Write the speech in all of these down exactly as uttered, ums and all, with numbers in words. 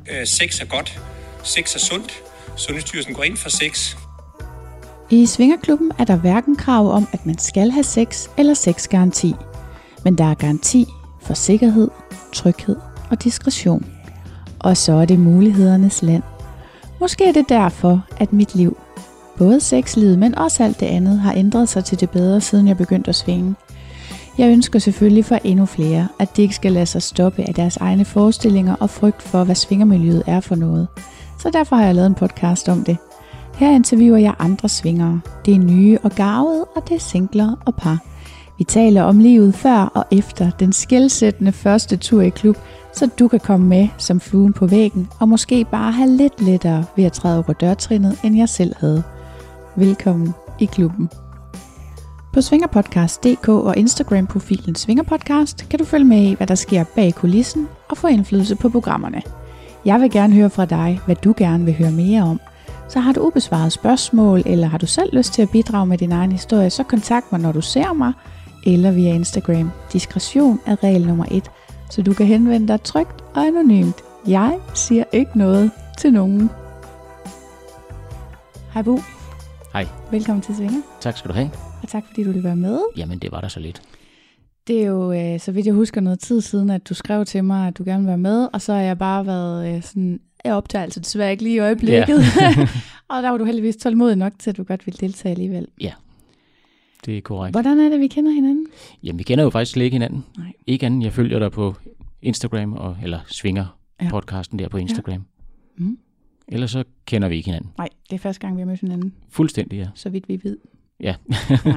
Øh, sex er godt. Sex er sundt. Sundhedsstyrelsen går ind for sex. I Svingerklubben er der hverken krav om, at man skal have sex eller sexgaranti. Men der er garanti for sikkerhed, tryghed og diskretion. Og så er det mulighedernes land. Måske er det derfor, at mit liv, både sexlivet, men også alt det andet, har ændret sig til det bedre, siden jeg begyndte at svinge. Jeg ønsker selvfølgelig for endnu flere, at de ikke skal lade sig stoppe af deres egne forestillinger og frygt for, hvad svingermiljøet er for noget. Så derfor har jeg lavet en podcast om det. Her interviewer jeg andre svingere. Det er nye og garvede, og det er singler og par. Vi taler om livet før og efter den skelsættende første tur i klub, så du kan komme med som fluen på væggen, og måske bare have lidt lettere ved at træde over dørtrinnet, end jeg selv havde. Velkommen i klubben. På svingerpodcast punktum d k og Instagram-profilen Svingerpodcast kan du følge med i, hvad der sker bag kulissen og få indflydelse på programmerne. Jeg vil gerne høre fra dig, hvad du gerne vil høre mere om. Så har du ubesvaret spørgsmål, eller har du selv lyst til at bidrage med din egen historie, så kontakt mig, når du ser mig, eller via Instagram. Diskretion er regel nummer et, så du kan henvende dig trygt og anonymt. Jeg siger ikke noget til nogen. Hej Bo. Hej. Velkommen til Svinger. Tak skal du have. Og tak fordi du ville være med. Jamen det var da så lidt. Det er jo, øh, så vidt jeg husker, noget tid siden, at du skrev til mig, at du gerne vil være med, og så har jeg bare været øh, sådan, jeg optager altså desværre ikke lige i øjeblikket. Yeah. Og der var du heldigvis tålmodig nok til, at du godt ville deltage alligevel. Ja, det er korrekt. Hvordan er det, vi kender hinanden? Jamen vi kender jo faktisk slet ikke hinanden. Nej. Ikke anden, jeg følger dig på Instagram, og, eller Svinger podcasten der på Instagram. Ja. Mm. Ellers så kender vi ikke hinanden. Nej, det er første gang, vi har mødt hinanden. Fuldstændig, ja. Så vidt vi ved. Ja. Ja.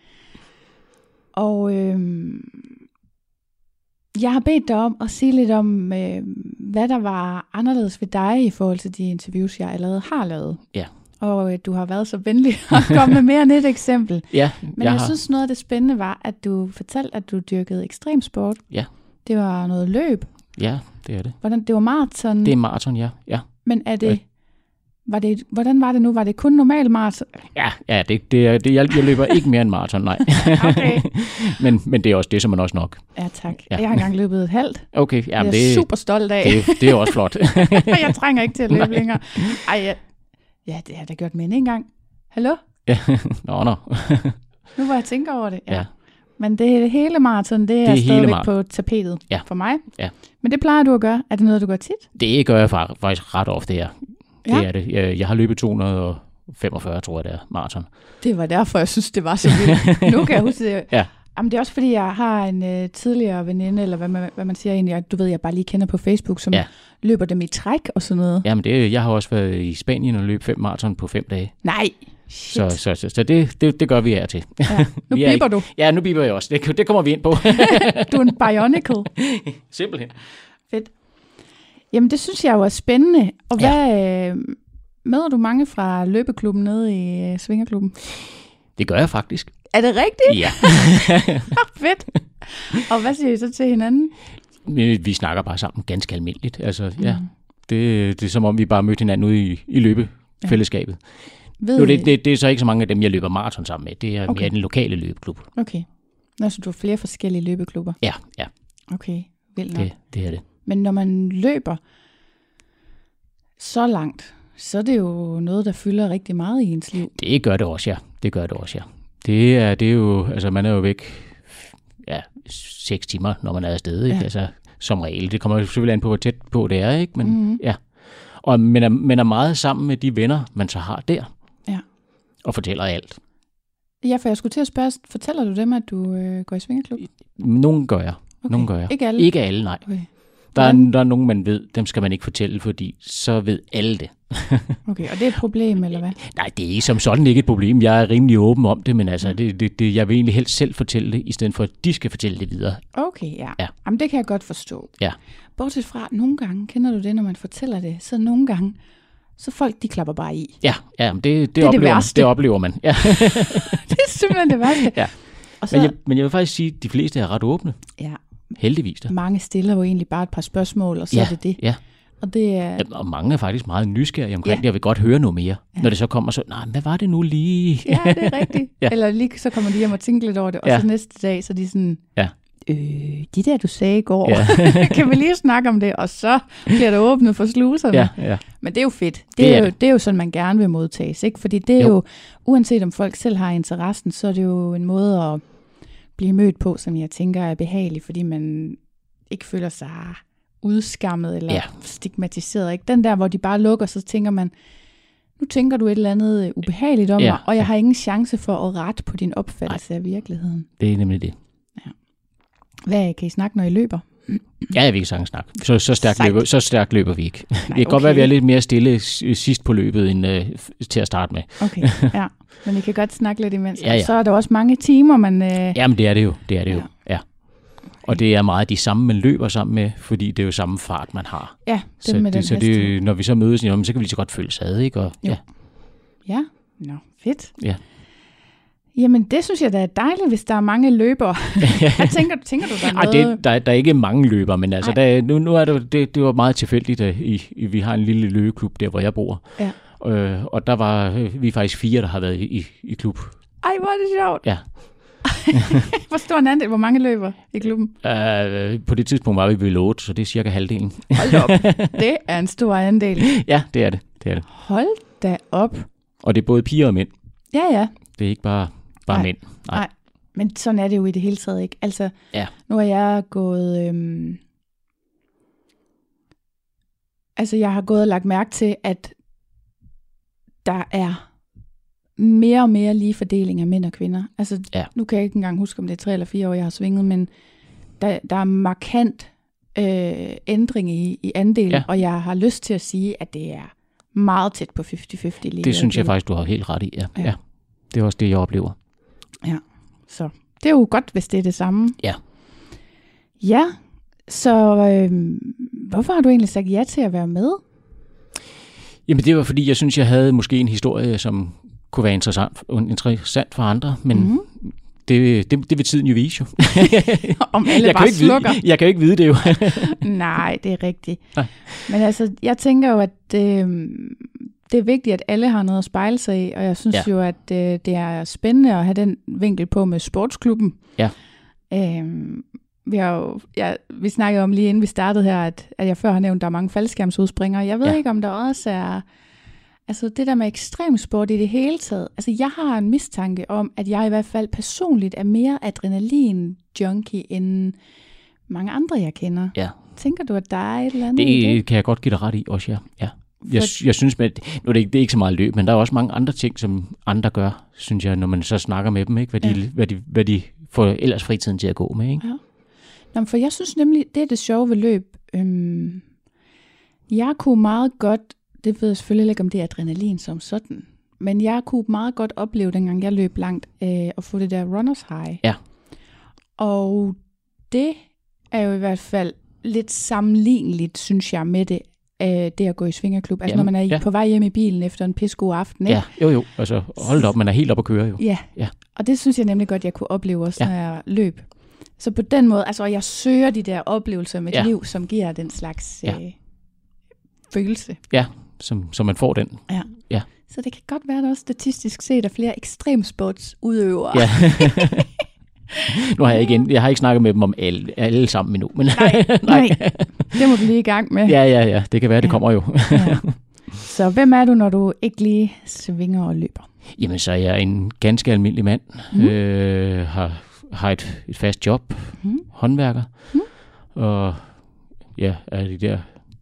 Og øhm, jeg har bedt dig om at sige lidt om, øh, hvad der var anderledes ved dig i forhold til de interviews, jeg allerede har lavet. Ja. Og øh, du har været så venlig at komme med mere end et eksempel. Ja. Men jeg, jeg har... synes, noget af det spændende var, at du fortalte, at du dyrkede ekstremsport. Ja. Det var noget løb. Ja, det er det. Hvordan, det var maraton. Det er maraton, ja. ja. Men er det... Var det, hvordan var det nu? Var det kun normal maraton? Ja, ja det, det, det, jeg, jeg løber ikke mere end maraton, nej. Okay. men, men det er også det, som man også nok. Ja, tak. Ja. Jeg har engang løbet et halvt. Okay, ja, det er jeg super stolt af. Det, det er også flot. Jeg trænger ikke til at løbe nej. længere. Ej, ja. ja, det har jeg da gjort med en gang. Hallo? Ja, nå, nå. Nu hvor jeg tænker over det. Ja. ja. Men det hele maraton, det, det er stadigvæk mar- på tapetet ja. for mig. Ja. Men det plejer du at gøre. Er det noget, du gør tit? Det gør jeg faktisk ret ofte, ja. Det ja. er det. Jeg, jeg har løbet to hundrede og femogfyrre, tror jeg, det er maraton. Det var derfor, jeg synes, det var så vildt. Nu kan jeg huske det. Ja. Jamen, det er også fordi, jeg har en uh, tidligere veninde, eller hvad man, hvad man siger egentlig, du ved, jeg bare lige kender på Facebook, som ja. løber dem i træk og sådan noget. Jamen, det, jeg har også været i Spanien og løbet fem maraton på fem dage. Nej, Så, så, så, så det, det, det gør vi her til. Ja. Nu biber ikke, du. Ja, nu biber jeg også. Det, det kommer vi ind på. Du er en bionicle. Simpelthen. Fedt. Jamen, det synes jeg jo er spændende. Og hvad... Ja. Møder du mange fra løbeklubben nede i uh, Svingerklubben? Det gør jeg faktisk. Er det rigtigt? Ja. Fedt. Og hvad siger I så til hinanden? Vi, vi snakker bare sammen ganske almindeligt. Altså, mm. ja. Det, det er som om, vi bare mødte hinanden ude i, i løbefællesskabet. Ja. Nu, det, det, det er så ikke så mange af dem, jeg løber maraton sammen med. Det er okay. mere den lokale løbeklub. Okay. Nå, så du har flere forskellige løbeklubber? Ja, ja. Okay, vildt nok. Det, det er det. Men når man løber så langt, så er det jo noget, der fylder rigtig meget i ens liv. Det gør det også, ja. Det gør det også, ja. Det er, det er jo, altså man er jo væk ja, seks timer, når man er afsted, ikke? Ja. Altså som regel. Det kommer selvfølgelig an på, hvor tæt på det er, ikke? Men mm-hmm. ja. Og man er, man er meget sammen med de venner, man så har der. Ja. Og fortæller alt. Ja, for jeg skulle til at spørge, fortæller du dem, at du øh, går i svingerklub? Nogle gør jeg. Okay. Nogle gør jeg. Ikke alle? Ikke alle, nej. Okay. Der er, der er nogen, man ved, dem skal man ikke fortælle, fordi så ved alle det. Okay, og det er et problem, eller hvad? Nej, det er som sådan ikke et problem. Jeg er rimelig åben om det, men altså, det, det, det, jeg vil egentlig helst selv fortælle det, i stedet for, at de skal fortælle det videre. Okay, ja. ja. Jamen, det kan jeg godt forstå. Ja. Bortset fra, nogle gange, kender du det, når man fortæller det, så nogle gange, så folk, de klapper bare i. Ja, ja men det, det, det, er oplever, det, man, det oplever man. Ja. Det er simpelthen det værste. Ja. Og så, men, jeg, men jeg vil faktisk sige, at de fleste er ret åbne. Ja. Heldigvis da. Mange stiller jo egentlig bare et par spørgsmål, og så ja, er det det. Ja. Og, det er... ja, og mange er faktisk meget nysgerrige omkring ja. det, og vil godt høre noget mere. Ja. Når det så kommer, så, nej, hvad var det nu lige? Ja, det er rigtigt. ja. Eller lige så kommer de hjem og tænker lidt over det, og ja. så næste dag, så er de sådan, ja. øh, de der, du sagde i går, Ja. kan vi lige snakke om det, og så bliver der åbnet for sluserne. Ja, ja. Men det er jo fedt. Det, Det er, er jo, det. det er jo sådan, man gerne vil modtages, ikke? Fordi det er jo. Jo. jo, uanset om folk selv har interessen, så er det jo en måde at blive mødt på, som jeg tænker er behagelig, fordi man ikke føler sig udskammet eller Ja. stigmatiseret. Ikke? Den der, hvor de bare lukker, så tænker man, nu tænker du et eller andet ubehageligt om Ja, mig, og jeg ja. har ingen chance for at rette på din opfattelse af virkeligheden. Det er nemlig det. Hvad kan I snakke, når I løber? Ja, vi kan sagtens snakke. Så, så, stærkt Sejt. løber, så stærkt løber vi ikke. Nej, det kan godt okay. være, at vi er lidt mere stille s- sidst på løbet, end øh, f- til at starte med. Okay, ja. Men I kan godt snakke lidt imens. Ja, ja. Og så er der også mange timer, man... Øh... Jamen, det er det jo. Det er det jo. Ja. Ja. Og det er meget de samme, man løber sammen med, fordi det er jo samme fart, man har. Ja, det Så, med den det, så hastighed. det, når vi så mødes, jamen, så kan vi lige så godt følges ad, ikke? Og, Jo. ja. Ja, nå, fedt. Ja. Jamen, det synes jeg da er dejligt, hvis der er mange løbere. Hvad tænker du? Tænker du, der er Ej, noget? det, der, der er ikke mange løbere, men altså, der, nu, nu er det, det, det var meget tilfældigt, at I, I, vi har en lille løbeklub der, hvor jeg bor. Ja. Øh, og der var øh, vi er faktisk fire, der har været i, i, i klub. Ej, hvor er det sjovt. Ja. Hvor stor en andel? Hvor mange løber i klubben? Øh, på det tidspunkt var vi ved otte, så det er cirka halvdelen. Hold da op. Det er en stor andel. Ja, det er det. det er det. Hold da op. Og det er både piger og mænd. Ja, ja. Det er ikke bare, bare Nej. mænd. Nej. Nej. Men sådan er det jo i det hele taget, ikke? Altså, Ja. nu har jeg gået... Øhm... Altså, jeg har gået og lagt mærke til, at der er mere og mere lige fordeling af mænd og kvinder. Altså, Ja. nu kan jeg ikke engang huske, om det er tre eller fire år, jeg har svinget, men der, der er markant øh, ændring i, i andelen, Ja. og jeg har lyst til at sige, at det er meget tæt på halvtreds halvtreds lige. Det synes jeg nu. faktisk, du har helt ret i. Ja. Ja. Ja. Det er også det, jeg oplever. Ja, så det er jo godt, hvis det er det samme. Ja. Ja, så øh, hvorfor har du egentlig sagt ja til at være med? Jamen det var fordi, jeg synes, jeg havde måske en historie, som kunne være interessant, interessant for andre, men Mhm. det, det, det vil tiden jo vise jo. Om alle jeg, kan bare jo ikke slukker. vide, jeg kan jo ikke vide det jo. Nej, det er rigtigt. Nej. Men altså, jeg tænker jo, at øh, det er vigtigt, at alle har noget at spejle sig i, og jeg synes Ja. jo, at øh, det er spændende at have den vinkel på med sportsklubben. Ja. Øh, vi har jo, ja, vi snakkede om lige inden vi startede her, at, at jeg før har nævnt, at der er mange faldskærmsudspringere. Jeg ved Ja. ikke, om der også er... Altså det der med ekstremsport i det hele taget. Altså jeg har en mistanke om, at jeg i hvert fald personligt er mere adrenalin-junkie end mange andre, jeg kender. Ja. Tænker du, at der er et eller andet i Det det? kan jeg godt give dig ret i også, ja. ja. Jeg, For- jeg synes, at nu er det, ikke, det er ikke så meget løb, men der er også mange andre ting, som andre gør, synes jeg, når man så snakker med dem, ikke? Hvad, de, Ja. hvad, de, hvad de får ellers fritiden til at gå med. Ikke? Ja. Nå, men for jeg synes nemlig, det er det sjove ved løb. Øhm, jeg kunne meget godt, det ved jeg selvfølgelig ikke, om det er adrenalin som sådan, men jeg kunne meget godt opleve, dengang jeg løb langt, øh, at få det der runners high. Ja. Og det er jo i hvert fald lidt sammenligneligt, synes jeg, med det, øh, det at gå i svingerklub. Altså Jamen, når man er ja. på vej hjem i bilen efter en pissegod aften, ikke? Ja, jo jo. Altså, hold da op, man er helt op at køre jo. Ja. Ja. Og det synes jeg nemlig godt, jeg kunne opleve også, Ja. når jeg løb. Så på den måde, altså jeg søger de der oplevelser med et Ja. liv, som giver den slags Ja. øh, følelse. Ja, som, så man får den. Ja. Ja. Så det kan godt være, at der også statistisk set er flere ekstremsportsudøvere. Ja. Nu har jeg ikke, jeg har ikke snakket med dem om alle, alle sammen endnu. Men Nej, nej, det må du lige i gang med. ja, ja, ja. Det kan være, det Ja. kommer jo. Ja. Så hvem er du, når du ikke lige svinger og løber? Jamen, så er jeg en ganske almindelig mand. Mhm. Mm. Øh, har, har et, et fast job. Mhm. Håndværker. Mhm. Og ja, er de der...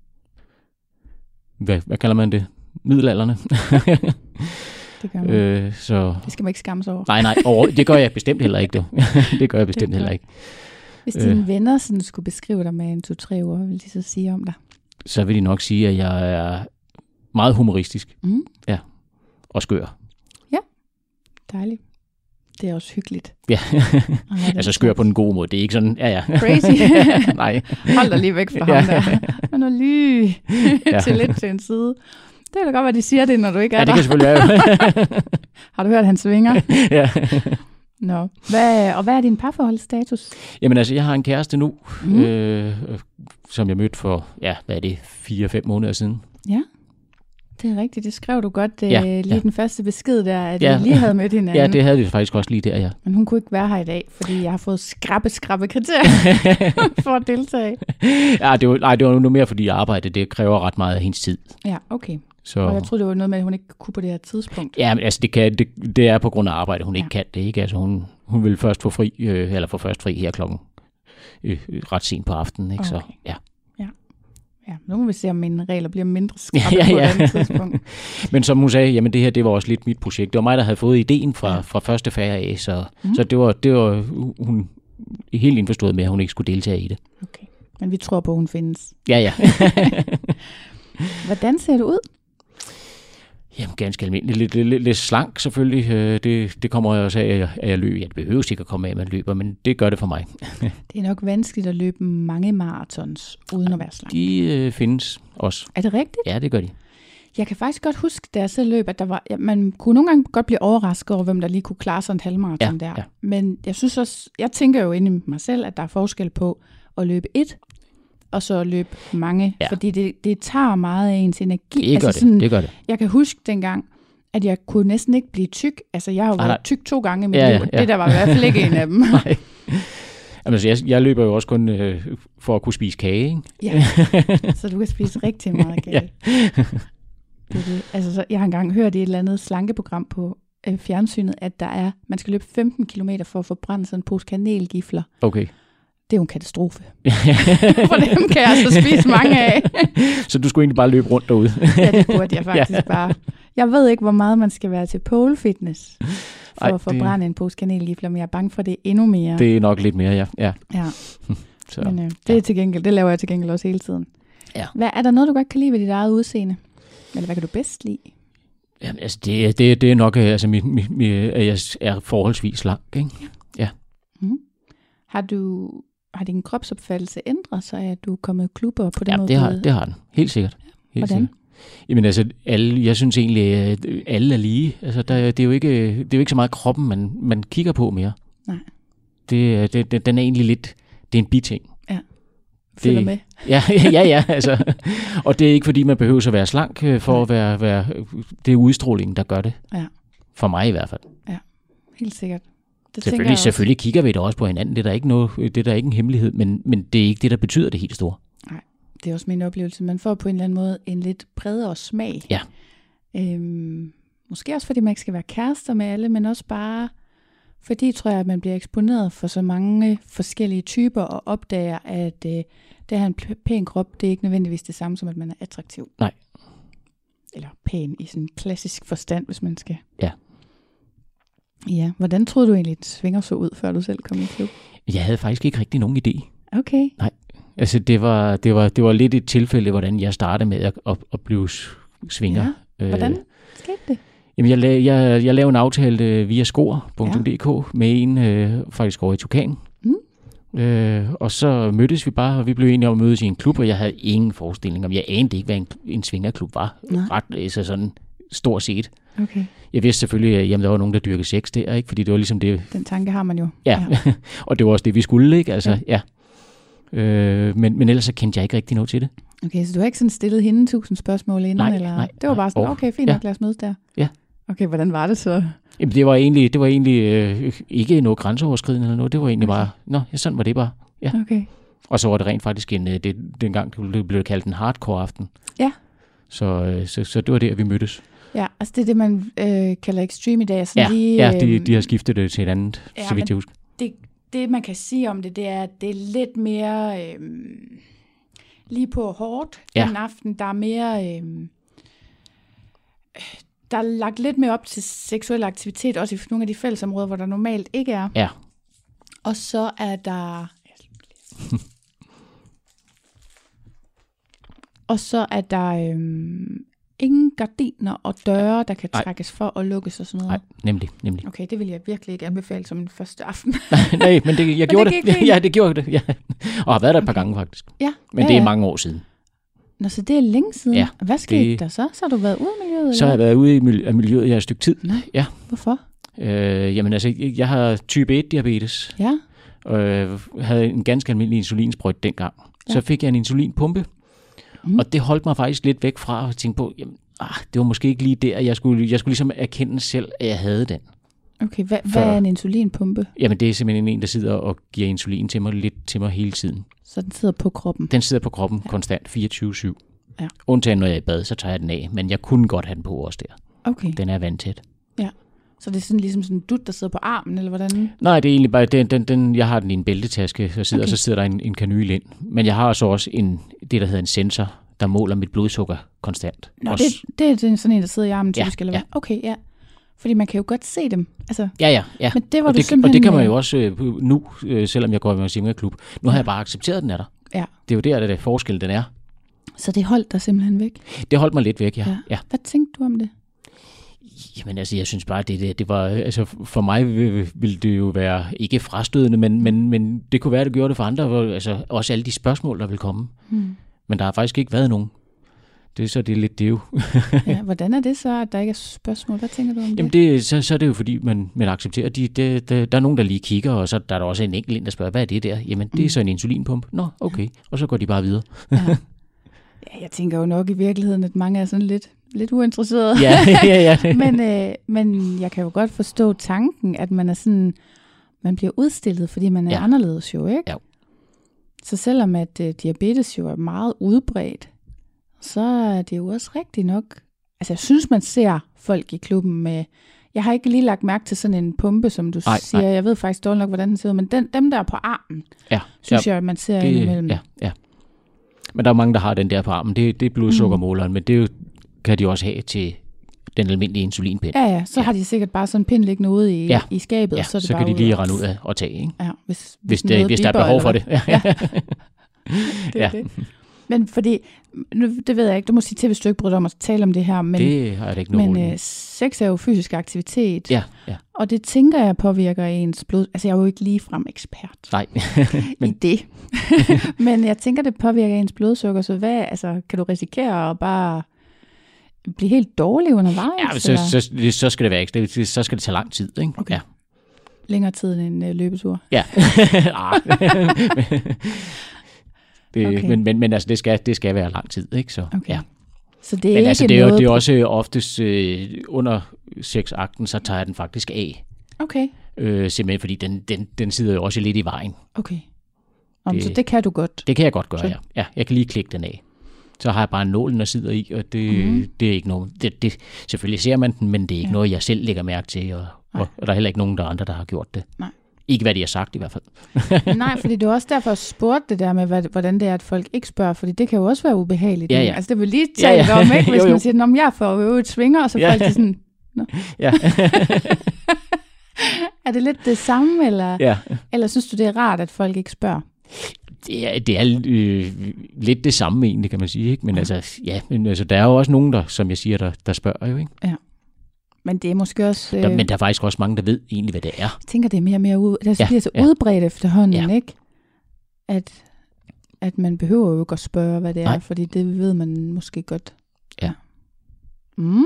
Hvad, hvad kalder man det? Middelalderne. Det gør man. øh, så... Det skal man ikke skamme sig over. Nej, nej, over, det gør jeg bestemt heller ikke. Du. Det gør jeg bestemt Det er heller ikke. Hvis dine øh. venner sådan skulle beskrive dig med en to-tre ord, hvad vil de så sige om dig? Så vil de nok sige, at jeg er meget humoristisk. Mhm. Ja. Og skør. Dejligt. Det er også hyggeligt. Ja, at have den altså skør på slags. den gode måde. Det er ikke sådan, ja ja. Crazy. Nej. Hold dig lige væk fra Ja. ham der. Men nu lige Ja. til lidt til en side. Det kan da godt være, de siger det, når du ikke er Ja, det der. kan selvfølgelig være. Har du hørt, han svinger? Ja. Nå. Hvad, og hvad er din parforholdsstatus? Jamen altså, jeg har en kæreste nu, Mhm. mm. øh, som jeg mødte for, ja, hvad er det, fire-fem måneder siden. Ja. Det det er rigtigt. Det skrev du godt øh, ja, lige ja. den første besked der, at ja. vi lige havde mødt hinanden. Ja, det havde vi faktisk også lige der, ja. Men hun kunne ikke være her i dag, fordi jeg har fået skrappe, skrappe kriterier for at deltage. Ja, det var, nej, det var noget mere, fordi arbejde, det kræver ret meget af hendes tid. Ja, okay. Så... Og jeg troede, det var noget med, at hun ikke kunne på det her tidspunkt. Ja, men altså, det, kan, det, det er på grund af arbejde, hun ja. ikke kan det, ikke? Altså, hun, hun vil først få fri, øh, eller få først fri her klokken øh, ret sent på aftenen, ikke? Okay. Så, ja. Ja. Ja, nu må vi se, om mine regler bliver mindre skrappe ja, ja, ja. på et andet tidspunkt. Men som hun sagde, jamen det her, det var også lidt mit projekt. Det var mig, der havde fået ideen fra, ja. fra første færd af, så, mm. så det var, det var hun helt indforstået med, at hun ikke skulle deltage i det. Okay, men vi tror på, at hun findes. Ja, ja. Hvordan ser det ud? Jamen ganske almindeligt. Lidt, lidt, lidt, lidt slank selvfølgelig. Det, det kommer også af, at jeg løber. Jeg behøver sikkert at komme af, at man løber, men det gør det for mig. Det er nok vanskeligt at løbe mange marathons, uden at være slank. De øh, findes også. Er det rigtigt? Ja, det gør de. Jeg kan faktisk godt huske, da jeg selv løb, at der var, ja, man kunne nogle gange godt blive overrasket over, hvem der lige kunne klare sådan en halvmarathon ja, der. Ja. Men jeg synes også, jeg tænker jo inde i mig selv, at der er forskel på at løbe et, og så at løbe mange. Ja. Fordi det, det tager meget af ens energi. Det gør, altså det. Sådan, det gør det. Jeg kan huske dengang, at jeg kunne næsten ikke blive tyk. Altså, jeg har jo været tyk to gange i mit ja, liv, og ja. det der var i hvert fald ikke en af dem. Nej. Altså, jeg, jeg løber jo også kun øh, for at kunne spise kage, ikke? Ja, så du kan spise rigtig meget kage. Ja. Det, det. Altså, så, jeg har engang hørt i et eller andet slankeprogram på øh, fjernsynet, at der er, man skal løbe femten kilometer for at få brændt sådan en pose kanelgifler. Okay. Det er jo en katastrofe. For dem kan jeg altså spise mange af. Så du skulle egentlig bare løbe rundt derude? Ja, det burde jeg faktisk ja. bare. Jeg ved ikke, hvor meget man skal være til pole fitness for Ej, at få det... brændt en pose kanelgifler, men jeg er bange for, det er endnu mere. Det er nok lidt mere, ja. ja. ja. Så, men øh, det er til gengæld, det laver jeg til gengæld også hele tiden. Ja. Hvad, er der noget, du godt kan lide ved dit eget udseende? Eller hvad kan du bedst lide? Jamen, altså, det, det, det er nok, altså, mit, mit, mit, at jeg er forholdsvis lang, ikke? Ja. ja. Mm. Har du... Har din kropsopfattelse ændret sig, at du er kommet klubber på den ja, måde? Ja, det, det har den. Helt sikkert. Helt Hvordan? Sikkert. Jamen altså, alle, jeg synes egentlig, at alle er lige. Altså, der, det, er jo ikke, det er jo ikke så meget kroppen, man, man kigger på mere. Nej. Det, det, det, den er egentlig lidt, det er en biting. Ja, følger med. Ja, ja, ja. Altså. Og det er ikke, fordi man behøver at være slank, for Nej. at være, være, det er udstrålingen, der gør det. Ja. For mig i hvert fald. Ja, helt sikkert. Det selvfølgelig, selvfølgelig kigger vi da også på hinanden. Det er der ikke, noget, det er der ikke en hemmelighed, men, men det er ikke det, der betyder det helt store. Nej, det er også min oplevelse. Man får på en eller anden måde en lidt bredere smag. Ja. Øhm, måske også fordi man ikke skal være kærester med alle, men også bare fordi, tror jeg, at man bliver eksponeret for så mange forskellige typer og opdager, at øh, det at have en pæn krop, det er ikke nødvendigvis det samme som, at man er attraktiv. Nej. Eller pæn i sådan en klassisk forstand, hvis man skal... Ja. Ja, hvordan troede du egentlig, at Svinger så ud, før du selv kom i klub? Jeg havde faktisk ikke rigtig nogen idé. Okay. Nej, altså det var, det var, det var lidt et tilfælde, hvordan jeg startede med at, at, at blive svinger. Ja. Hvordan øh, skete det? Jamen, jeg, la- jeg, jeg lavede en aftale via skor punktum d k ja. med en øh, faktisk over i Tukan. Mm. Øh, og så mødtes vi bare, og vi blev enige om at mødes i en klub, og jeg havde ingen forestilling om, jeg anede ikke, hvad en, en svingerklub var. Nej. Ret, altså sådan stort set. Okay. Jeg vidste selvfølgelig, at jamen, der var nogen, der dyrkede sex der, ikke? Fordi det var ligesom det... Den tanke har man jo. Ja, ja. Og det var også det, vi skulle, ikke? Altså, ja. ja. Øh, men, men ellers så kendte jeg ikke rigtig noget til det. Okay, så du har ikke sådan stillet hende tusind spørgsmål inden? Nej, eller? nej. Det var bare sådan, okay, fint ja. nok, lad os mødes der. Ja. Okay, hvordan var det så? Jamen, det var egentlig, det var egentlig øh, ikke noget grænseoverskridende eller noget. Det var egentlig okay. bare, nå, ja, sådan var det bare. Ja. Okay. Og så var det rent faktisk en, det, dengang det blev kaldt en hardcore aften. Ja. Så, øh, så, så det var det, at vi mødtes. Ja, altså det er det, man øh, kalder extreme i dag. Ja, lige, ja de, de har skiftet det til et andet, ja, så vidt jeg husker. Det, det, man kan sige om det, det er, at det er lidt mere øh, lige på hårdt ja. den aften. Der er mere... Øh, der er lagt lidt mere op til seksuel aktivitet, også i nogle af de fællesområder, hvor der normalt ikke er. Ja. Og så er der... og så er der øhm, ingen gardiner og døre, der kan trækkes Ej. for at lukkes og sådan noget. Nej, nemlig, nemlig. Okay, det vil jeg virkelig ikke anbefale som en første aften. Nej, men det, jeg men gjorde det. det. Ja, det gjorde det. Ja. Og har været der et par gange faktisk. Ja. Men ja, det er ja. mange år siden. Nå, så det er længe siden. Ja, hvad skete det... der så? Så har du været ude af miljøet? Så har jeg været ude i miljø- af miljøet i et stykke tid. Nej, ja. Hvorfor? Øh, jamen altså, jeg har type et diabetes. Ja. Og øh, havde en ganske almindelig insulinsprøjt dengang. Ja. Så fik jeg en insulinpumpe. Mm. Og det holdt mig faktisk lidt væk fra at tænke på, jamen, ah, det var måske ikke lige der. Jeg skulle, jeg skulle ligesom erkende selv, at jeg havde den. Okay, hvad, hvad er en insulinpumpe? Jamen, det er simpelthen en, der sidder og giver insulin til mig lidt til mig hele tiden. Så den sidder på kroppen? Den sidder på kroppen ja. konstant, fireogtyve syv. Ja. Undtagen når jeg er i bad, så tager jeg den af. Men jeg kunne godt have den på også der. Okay. Den er vandtæt. Ja. Så det er sådan ligesom sådan en dut, der sidder på armen, eller hvordan? Nej, det er egentlig bare, den, den, den, jeg har den i en bæltetaske, så sidder, okay. og så sidder der en, en kanyle ind. Men jeg har så også en, det, der hedder en sensor, der måler mit blodsukker konstant. Nå, det, det er sådan en, der sidder i armen typisk, ja, eller hvad? Ja. Okay, ja. Fordi man kan jo godt se dem. Altså, ja, ja, ja. Men det var og, du det, simpelthen... og det kan man jo også øh, nu, øh, selvom jeg går i min svingerklub. Nu ja. har jeg bare accepteret, den er der. Ja. Det er jo der, der er forskel, den er. Så det holdt dig simpelthen væk? Det holdt mig lidt væk, ja. ja. ja. Hvad tænkte du om det? Jamen altså, jeg synes bare, det, det, det var, altså for mig ville det jo være ikke frastødende, men, men, men det kunne være, det gjorde det for andre, hvor, altså også alle de spørgsmål, der vil komme. Hmm. Men der har faktisk ikke været nogen. Det er så det er lidt det jo. Ja, hvordan er det så, at der ikke er spørgsmål? Hvad tænker du om det? Jamen det, så, så er det jo fordi, man, man accepterer, de, det, det, der er nogen, der lige kigger, og så der er der også en enkelt, der spørger, hvad er det der? Jamen det er så en insulinpump. Nå, okay. Og så går de bare videre. Ja. Ja, jeg tænker jo nok i virkeligheden, at mange er sådan lidt, lidt uinteresserede. Ja, ja, ja. men, øh, men jeg kan jo godt forstå tanken, at man er sådan, man bliver udstillet, fordi man er ja. anderledes jo, ikke? Ja. Så selvom at øh, diabetes jo er meget udbredt, så er det jo også rigtigt nok. Altså jeg synes, man ser folk i klubben med, jeg har ikke lige lagt mærke til sådan en pumpe, som du ej, siger. Ej. Jeg ved faktisk dårligt nok, hvordan den ser ud, men den, dem der på armen, ja. synes ja. jeg, man ser det, indimellem. Ja, ja. Men der er mange, der har den der på armen. Det, det er blodsukkermåleren, mm. men det jo, kan de også have til den almindelige insulinpind. Ja, ja. Så ja. har de sikkert bare sådan en pind liggende ude i, ja. i skabet. Ja, så, er det så bare kan de lige rende ud af og tage, ikke? Ja, hvis, hvis, hvis, det, hvis der er behov for det. Ja. Ja. det, ja. det. Men fordi, nu, det ved jeg ikke, du må sige til, hvis du ikke bryder dig om at tale om det her. Men, det har jeg ikke nogen Men øh, sex er jo fysisk aktivitet. Ja, ja. Og det tænker jeg påvirker ens blod. Altså jeg er jo ikke ligefrem ekspert Nej. men, i det. Men jeg tænker, det påvirker ens blodsukker. Så hvad, altså, kan du risikere at bare blive helt dårlig undervejs? Ja, så, så, så, så skal det være ikke. Så skal det tage lang tid, ikke? Okay. Ja. Længere tid end en øh, løbetur. Ja. Det, okay. Men, men, men altså, det skal, det skal være lang tid, ikke? Så, okay. ja. Så det er men ikke altså, det er, noget... det er også oftest øh, under sexakten, så tager jeg den faktisk af. Okay. Øh, simpelthen fordi den, den, den sidder jo også lidt i vejen. Okay. Om, det, så det kan du godt? Det kan jeg godt gøre, så. ja. ja. Jeg kan lige klikke den af. Så har jeg bare nålen, der sidder i, og det, mm. det er ikke noget... Det, det, selvfølgelig ser man den, men det er ikke ja. noget, jeg selv lægger mærke til, og, og, og der er heller ikke nogen der andre, der har gjort det. Nej. Ikke hvad de har sagt i hvert fald. Nej, fordi det er også derfor spurgt det der med, hvad, hvordan det er, at folk ikke spørger, fordi det kan jo også være ubehageligt. Ja, ja. Altså det vil lige tale ja, ja. om, ikke? Hvis jo, jo. man siger, om jeg får jo et svinger, og så ja. folk er sådan... Nå. Ja. Er det lidt det samme, eller, ja. eller synes du, det er rart, at folk ikke spørger? Det er, det er øh, lidt det samme egentlig, kan man sige, ikke? Men ja. altså, ja, men altså, der er jo også nogen, der, som jeg siger, der, der spørger jo, ikke? Ja. Men det er måske også... Øh... Der, men der er faktisk også mange, der ved egentlig, hvad det er. Jeg tænker, det er mere og mere ud... Det ja, bliver så ja. udbredt efterhånden, ja. ikke? At, at man behøver jo ikke at spørge, hvad det er, Nej. fordi det ved man måske godt. Ja. Mm.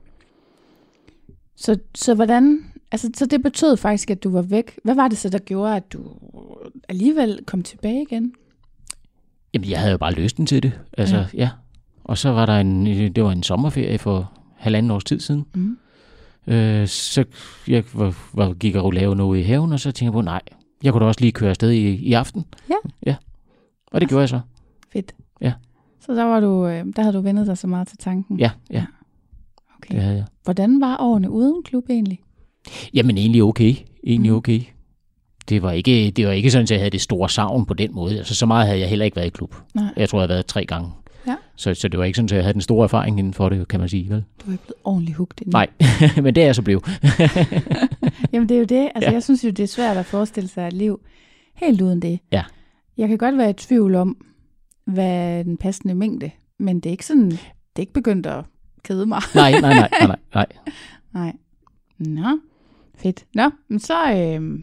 Så, så hvordan... Altså, så det betød faktisk, at du var væk. Hvad var det så, der gjorde, at du alligevel kom tilbage igen? Jamen, jeg havde jo bare lysten til det. Altså, ja. ja. Og så var der en... Det var en sommerferie for halvanden års tid siden. Mm. Øh, så jeg var, var, gik og lavede noget i haven, og så tænkte jeg på, nej, jeg kunne da også lige køre afsted i, i aften. Ja. Ja. Og det altså, gjorde jeg så. Fedt. Ja. Så der, var du, der havde du vendet dig så meget til tanken? Ja, ja. Okay. Det havde jeg. Hvordan var årene uden klub egentlig? Jamen egentlig okay. Egentlig okay. Det var ikke, det var ikke sådan, at jeg havde det store savn på den måde. Altså så meget havde jeg heller ikke været i klub. Nej. Jeg tror, jeg havde været tre gange. Ja. Så, så det var ikke sådan, at jeg havde den store erfaring inden for det, kan man sige, vel? Du er blevet ordentligt hugt inden. Nej, men det er jeg så blevet. Jamen det er jo det. Altså ja. jeg synes jo, det er svært at forestille sig et liv helt uden det. Ja. Jeg kan godt være i tvivl om, hvad den passende mængde, men det er ikke sådan, det er ikke begyndt at kede mig. nej, nej, nej, nej, nej. Nej. Nå, fedt. Nå, men så... Øh...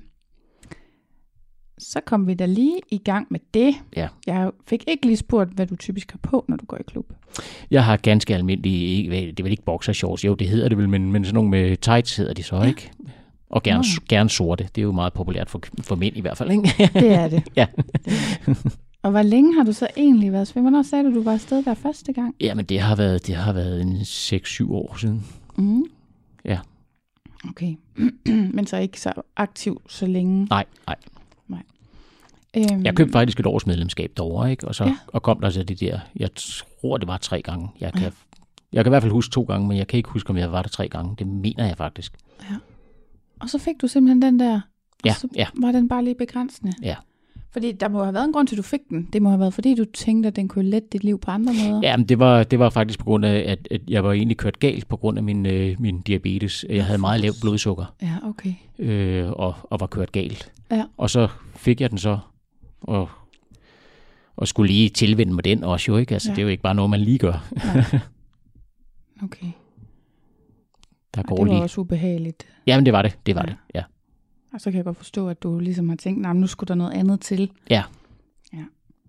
Så kom vi da lige i gang med det. Ja. Jeg fik ikke lige spurgt, hvad du typisk har på, når du går i klub. Jeg har ganske almindelige, det er vel ikke boxershorts, jo det hedder det vel, men, men sådan nogle med tights hedder de så, ja. Ikke? Og gerne, oh. gerne sorte, det er jo meget populært for, for mænd i hvert fald, ikke? Det er det. Ja. Det er det. Og hvor længe har du så egentlig været svømmer? Hvornår sagde du, du var afsted der første gang? Jamen, det har været, det har været en seks syv år siden. Mm. Ja. Okay. Men så ikke så aktiv så længe? Nej, nej. nej. Øhm. Jeg købte faktisk et års medlemskab derovre, ikke? Og så ja. og kom der så det der, jeg tror, det var tre gange. Jeg kan, ja. jeg kan i hvert fald huske to gange, men jeg kan ikke huske, om jeg var der tre gange. Det mener jeg faktisk. Ja. Og så fik du simpelthen den der, ja, så ja. var den bare lige begrænsende? Ja. Fordi der må have været en grund til, at du fik den. Det må have været, fordi du tænkte, at den kunne lette dit liv på andre måder. Ja, men det var, det var faktisk på grund af, at, at jeg var egentlig kørt galt på grund af min, øh, min diabetes. Jeg havde meget lavt blodsukker. Ja, okay. Øh, og, og var kørt galt. Ja. Og så fik jeg den så, og, og skulle lige tilvende mig den også jo, ikke? Altså, ja. Det er jo ikke bare noget, man lige gør. Ja. Okay. Der går det var lige. også ubehageligt. Jamen, det var det. Det var ja. det, ja. Og så kan jeg godt forstå, at du ligesom har tænkt, nej, nu skulle der noget andet til. Ja. Ja.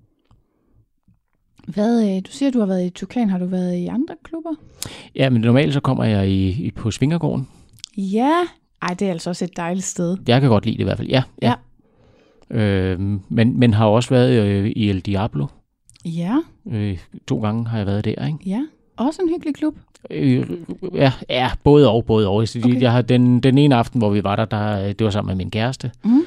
Hvad, du siger, at du har været i Tukan. Har du været i andre klubber? Ja, men normalt så kommer jeg i, i på Svingergården. Ja. Ej, det er altså også et dejligt sted. Jeg kan godt lide det i hvert fald, ja. ja. ja. Øh, men, men har også været øh, i El Diablo. Ja. Øh, to gange har jeg været der, ikke? Ja. Også en hyggelig klub. Øh, ja, ja, både og, både og. Okay. Jeg har den, den ene aften, hvor vi var der, der, det var sammen med min kæreste. Mm.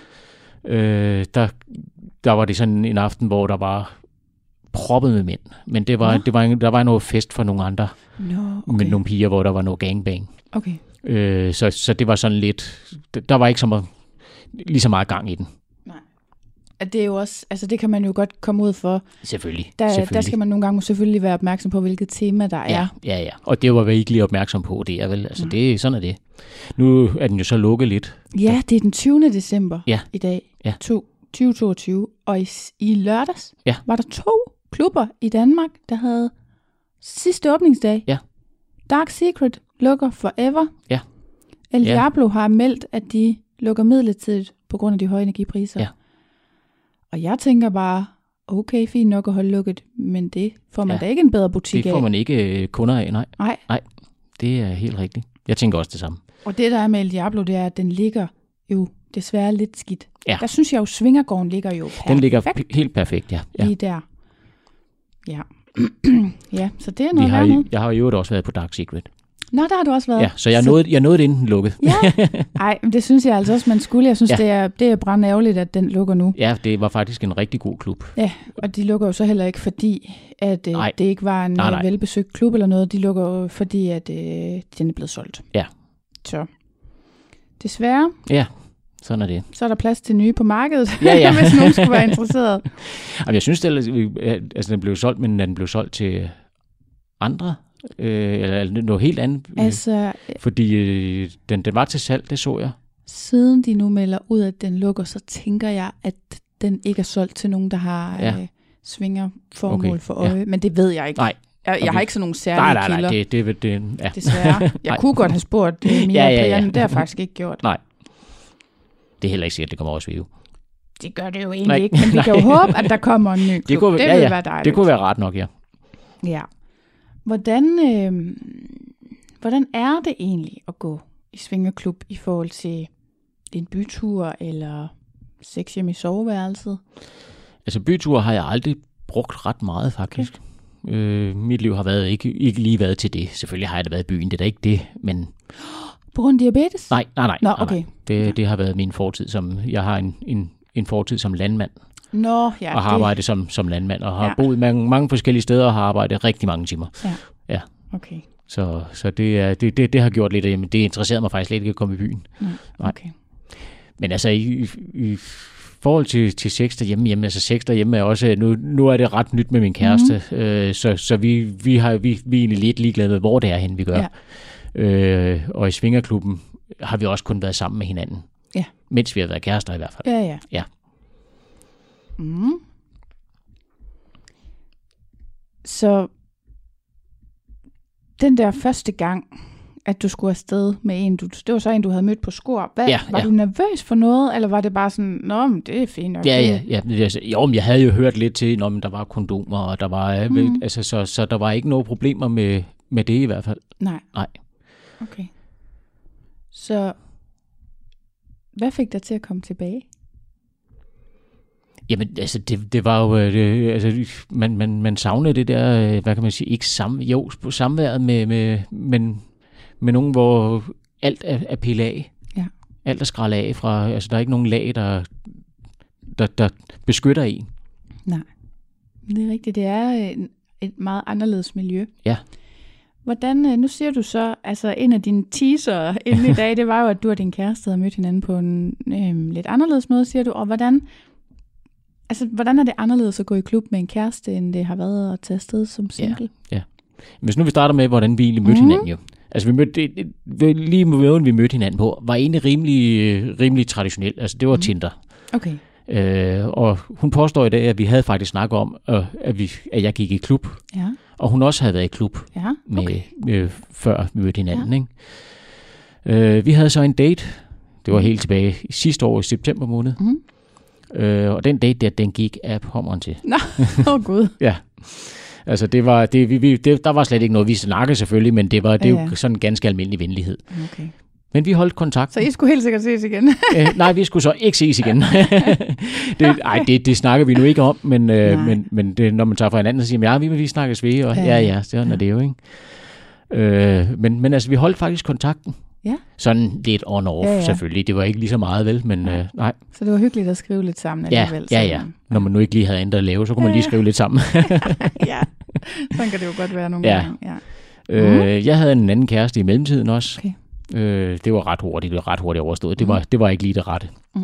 Øh, der, der var det sådan en aften, hvor der var proppet med mænd. Men det var, ja. det var en, der var noget fest for nogle andre. No, okay. Med nogle piger, hvor der var noget gangbang. Okay. Øh, så, så det var sådan lidt, der var ikke så meget, lige så meget gang i den. Det er jo også, altså det kan man jo godt komme ud for. Selvfølgelig. Der, selvfølgelig. der skal man nogle gange selvfølgelig være opmærksom på, hvilket tema der er. Ja, ja, ja. Og det var vi ikke lige opmærksom på, det er vel. Altså mm. det, sådan er det. Nu er den jo så lukket lidt. Ja, det er den tyvende december ja. i dag, ja. tyve toogtyve. Og i, i lørdags ja. var der to klubber i Danmark, der havde sidste åbningsdag. Ja. Dark Secret lukker forever. Ja. El ja. Diablo har meldt, at de lukker midlertidigt på grund af de høje energipriser. Ja. Og jeg tænker bare, okay, fint nok at holde lukket, men det får man ja, da ikke en bedre butik af. Det får man ikke kunder af, nej. Nej. Nej, det er helt rigtigt. Jeg tænker også det samme. Og det der er med El Diablo, det er, at den ligger jo desværre lidt skidt. Ja. Der synes jeg jo, Svingergården ligger jo perfekt. Den ligger p- helt perfekt, ja. ja. Lige der. Ja. Ja, så det er noget har værd. Jeg har jo også været på Dark Secret. Nå, der har du også været. Ja, så jeg nåede, jeg nåede det inden den lukkede. Ja, ej, men det synes jeg altså også, man skulle. Jeg synes, ja. det er, det er brændt ærgerligt, at den lukker nu. Ja, det var faktisk en rigtig god klub. Ja, og de lukker jo så heller ikke, fordi at øh, det ikke var en nej, nej. velbesøgt klub eller noget. De lukker jo, fordi at øh, den er blevet solgt. Ja. Så desværre. Ja, sådan er det. Så er der plads til nye på markedet, ja, ja. hvis nogen skulle være interesseret. Jamen, jeg synes, det, altså, den blev solgt, men den blev solgt til andre. Øh, eller noget helt andet. Altså, fordi øh, den, den var til salg, det så jeg. Siden de nu melder ud, at den lukker, så tænker jeg, at den ikke er solgt til nogen, der har ja. øh, svinger formål okay. for øje. Ja. Men det ved jeg ikke. Nej. Jeg, jeg okay. har ikke sådan nogle særlige nej, nej, nej, kilder. Det, det, det, ja. Desværre. Jeg kunne godt have spurgt uh, Mia ja, ja, ja. Brian, det har jeg faktisk ikke gjort. Nej. Det er heller ikke sikkert, det kommer også ved. Det gør det jo egentlig nej. ikke, men vi kan jo håbe, at der kommer en ny klub. Det, kunne, det ja, vil ja. være dejligt. Det kunne være ret nok, ja. Ja. Hvordan, øh, hvordan er det egentlig at gå i svingerklub i forhold til en bytur eller sex hjemme i soveværelset? Altså byture har jeg aldrig brugt ret meget faktisk. Okay. Øh, mit liv har været ikke, ikke lige været til det. Selvfølgelig har jeg da været i byen, det er da ikke det, men... På grund af diabetes? Nej, nej, nej. Nå, nej, okay. nej. Det, det har været min fortid som... Jeg har en, en, en fortid som landmand. Nå, ja. Og har det... arbejdet som, som landmand, og har ja. boet mange, mange forskellige steder, og har arbejdet rigtig mange timer. Ja, ja. Okay. Så, så det, er, det, det, det har gjort lidt, jamen, det interesserede mig faktisk slet ikke at komme i byen. Mm, okay. Nej. Men altså, i, i forhold til, til sex derhjemme, jamen, altså sex derhjemme er også, nu, nu er det ret nyt med min kæreste, mm. øh, så, så vi, vi, har, vi, vi er egentlig lidt ligeglade med, hvor det er hen, vi gør. Ja. Øh, og i svingerklubben har vi også kun været sammen med hinanden. Ja. Mens vi har været kærester i hvert fald. Ja, ja. Ja. Mm. Så den der første gang, at du skulle afsted med en, du, det var så en, du havde mødt på Skor. Hvad, ja, var ja. du nervøs for noget, eller var det bare sådan, nå, men det er fint nok? Ja, ja, ja. Altså, jo, men jeg havde jo hørt lidt til, når der var kondomer, og der var, mm. altså, så, så der var ikke nogen problemer med, med det i hvert fald. Nej. Nej. Okay. Så hvad fik dig til at komme tilbage? Jamen, altså, det, det var jo, det, altså, man, man, man savnede det der, hvad kan man sige, ikke sam, jo, samværet med, med, men, med nogen, hvor alt er, er pillet af. Ja. Alt er skrællet af fra, altså, der er ikke nogen lag, der, der, der beskytter en. Nej, det er rigtigt. Det er en, et meget anderledes miljø. Ja. Hvordan, nu siger du så, altså en af dine teaser inden i dag, det var jo, at du og din kæreste havde mødt hinanden på en øhm, lidt anderledes måde, siger du. Og hvordan, altså, hvordan er det anderledes at gå i klub med en kæreste, end det har været at tage afsted som single? Ja, ja. Hvis nu vi starter med, hvordan vi egentlig mødte mm. hinanden jo. Altså vi mødte, det, det, lige måden vi mødte hinanden på, var egentlig rimelig, rimelig traditionelt. Altså det var mm. Tinder. Okay. Øh, og hun påstår i dag, at vi havde faktisk snakket om, øh, at, vi, at jeg gik i klub. Ja. Og hun også havde været i klub, ja, okay. med, med, før vi mødte hinanden. Ja. Ikke? Øh, vi havde så en date, det var helt tilbage i sidste år i september måned. Mm. Øh, og den date der, den gik af pommeren til. Nå, åh oh, gud. Ja, altså det var, det, vi, vi, det, der var slet ikke noget, vi snakkede selvfølgelig, men det var det ja, ja. jo sådan en ganske almindelig venlighed. Okay. Men vi holdt kontakt. Så I skulle helt sikkert ses igen? øh, nej, vi skulle så ikke ses igen. det, ej, det, det snakker vi nu ikke om, men, øh, men, men det, når man tager fra hinanden, så siger man, ja, vi, vi snakkes ved, og ja, ja, ja sådan ja. er det jo, ikke? Øh, men, men altså, vi holdt faktisk kontakten. Ja. Sådan lidt on-off, ja, ja. selvfølgelig. Det var ikke lige så meget, vel, men øh, nej. Så det var hyggeligt at skrive lidt sammen alligevel? Ja, ja, ja. Når man nu ikke lige havde andet at lave, så kunne ja, man lige skrive ja. lidt sammen. Ja, sådan kan det jo godt være nogle ja. gange. Ja. Øh, jeg havde en anden kæreste i mellemtiden også. Okay. Øh, det var ret hurtigt, det var ret hurtigt overstået. Det var, mm. det var ikke lige det rette. Mm.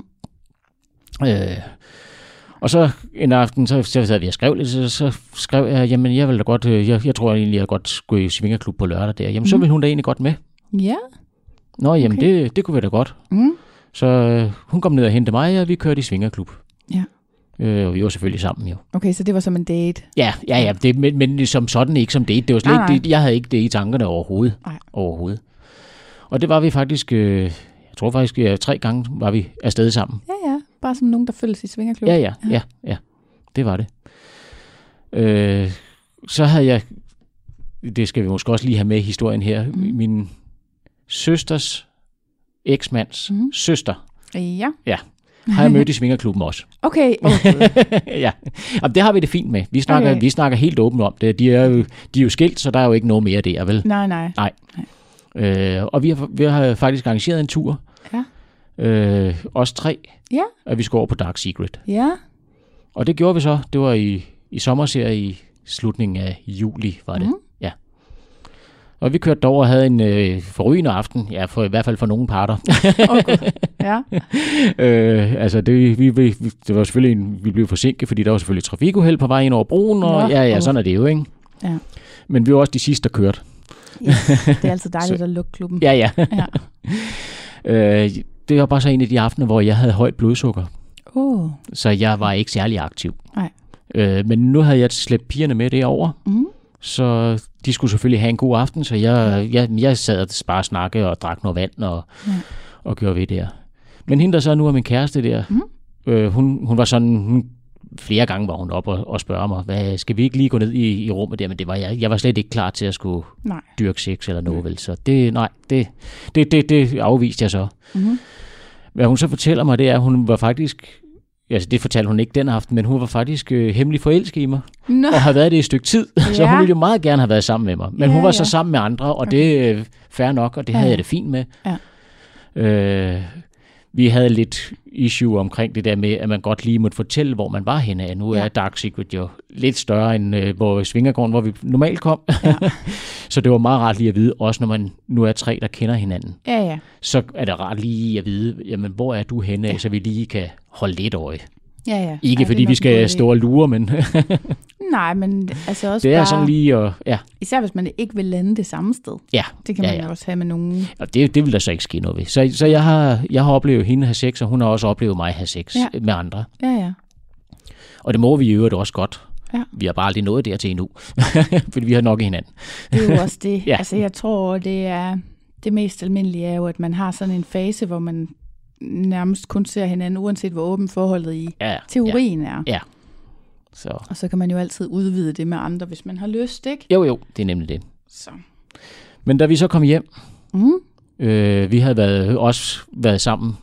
Øh, og så en aften, så, så sad vi og skrev lidt, så, så skrev jeg, jamen jeg vil da godt, jeg, jeg tror egentlig, jeg godt skulle i svingerklub på lørdag der. Jamen mm. så ville hun da egentlig godt med. Ja. Nå, jamen okay. det, det kunne være da godt. Mm. Så øh, hun kom ned og hentede mig, og vi kørte i svingerklub. Ja. Øh, og vi var selvfølgelig sammen jo. Okay, så det var som en date? Ja, ja, ja det, men, men som sådan ikke som date. Det var slet nej, ikke det, jeg havde ikke det i tankerne overhovedet. Nej. Overhovedet. Og det var vi faktisk, øh, jeg tror faktisk, ja, tre gange var vi afsted sammen. Ja, ja. Bare som nogen, der følges i svingerklub. Ja, ja, ja, ja, ja. Det var det. Øh, så havde jeg, det skal vi måske også lige have med i historien her, mm. min søsters eksmands mm. søster. Ja. Ja. Har jeg mødt i svingerklubben også. Okay. Okay. Ja. Jamen, det har vi det fint med. Vi snakker, okay. vi snakker helt åbent om det. De er, jo, de er jo skilt, så der er jo ikke noget mere der, vel? Nej, nej. Nej. nej. Øh, og vi har, vi har faktisk arrangeret en tur. Ja. Øh, os tre. Ja. At vi skulle over på Dark Secret. Ja. Og det gjorde vi så. Det var i, i sommerserie i slutningen af juli, var det. Mm. Ja. Og vi kørte derover og havde en øh, forrygende aften. Ja, for, i hvert fald for nogle parter. Okay. Ja. øh, altså, det, vi, vi, det var selvfølgelig en, vi blev forsinket, fordi der var selvfølgelig trafikuheld på vej ind over broen. Og Nå, ja, ja, sådan er det jo, ikke? Ja. Men vi var også de sidste, der kørte. Ja, det er altid dejligt at lukke klubben. Ja, ja. ja. øh, det var bare så en af de aftener, hvor jeg havde højt blodsukker. Oh. Så jeg var ikke særlig aktiv. Nej. Øh, men nu havde jeg slæbt pigerne med derover. Mm. Så de skulle selvfølgelig have en god aften, så jeg, jeg, jeg sad og bare snakke og drak noget vand og, ja. og gjorde ved der. Men hende der så nu er min kæreste der, mm. øh, hun, hun var sådan, hun, flere gange var hun op og, og spørge mig, hvad, skal vi ikke lige gå ned i, i rummet der? Men det var jeg, jeg var slet ikke klar til at skulle nej. dyrke sex eller noget, vel? Så det, nej, det, det, det, det afviste jeg så. Mm-hmm. Hvad hun så fortæller mig, det er, at hun var faktisk, altså det fortalte hun ikke den aften, men hun var faktisk øh, hemmelig forelsket i mig, no. og har været det i et stykke tid, ja. Så hun ville jo meget gerne have været sammen med mig. Men ja, hun var ja. så sammen med andre, og okay. det er øh, fair nok, og det ja. havde jeg det fint med. Ja. Øh, vi havde lidt issue omkring det der med, at man godt lige måtte fortælle, hvor man var henne. Nu ja. er Dark Secret jo lidt større end øh, hvor Svingergården, hvor vi normalt kom. Ja. Så det var meget rart lige at vide, også når man nu er tre, der kender hinanden. Ja, ja. Så er det rart lige at vide, jamen, hvor er du henne, ja. så vi lige kan holde lidt øje. Ja, ja. Ikke Ej, fordi vi skal stå og lure, men... Nej, men altså også det er bare... sådan lige og ja. Især hvis man ikke vil lande det samme sted. Ja. Det kan ja, man ja. jo også have med nogen. Og det, det vil der så ikke ske noget ved. Så, så jeg, har, jeg har oplevet hende have sex, og hun har også oplevet mig have sex ja. med andre. Ja, ja. Og det må vi jo også godt. Ja. Vi har bare aldrig nået dertil endnu. Fordi vi har nok i hinanden. Det er jo også det. ja. Altså jeg tror, det er... Det mest almindelige er jo, at man har sådan en fase, hvor man nærmest kun ser hinanden, uanset hvor åben forholdet i ja, teorien ja, er. Ja. Så. Og så kan man jo altid udvide det med andre, hvis man har lyst, ikke? Jo, jo, det er nemlig det. Så. Men da vi så kom hjem, mm. øh, vi havde været, også været sammen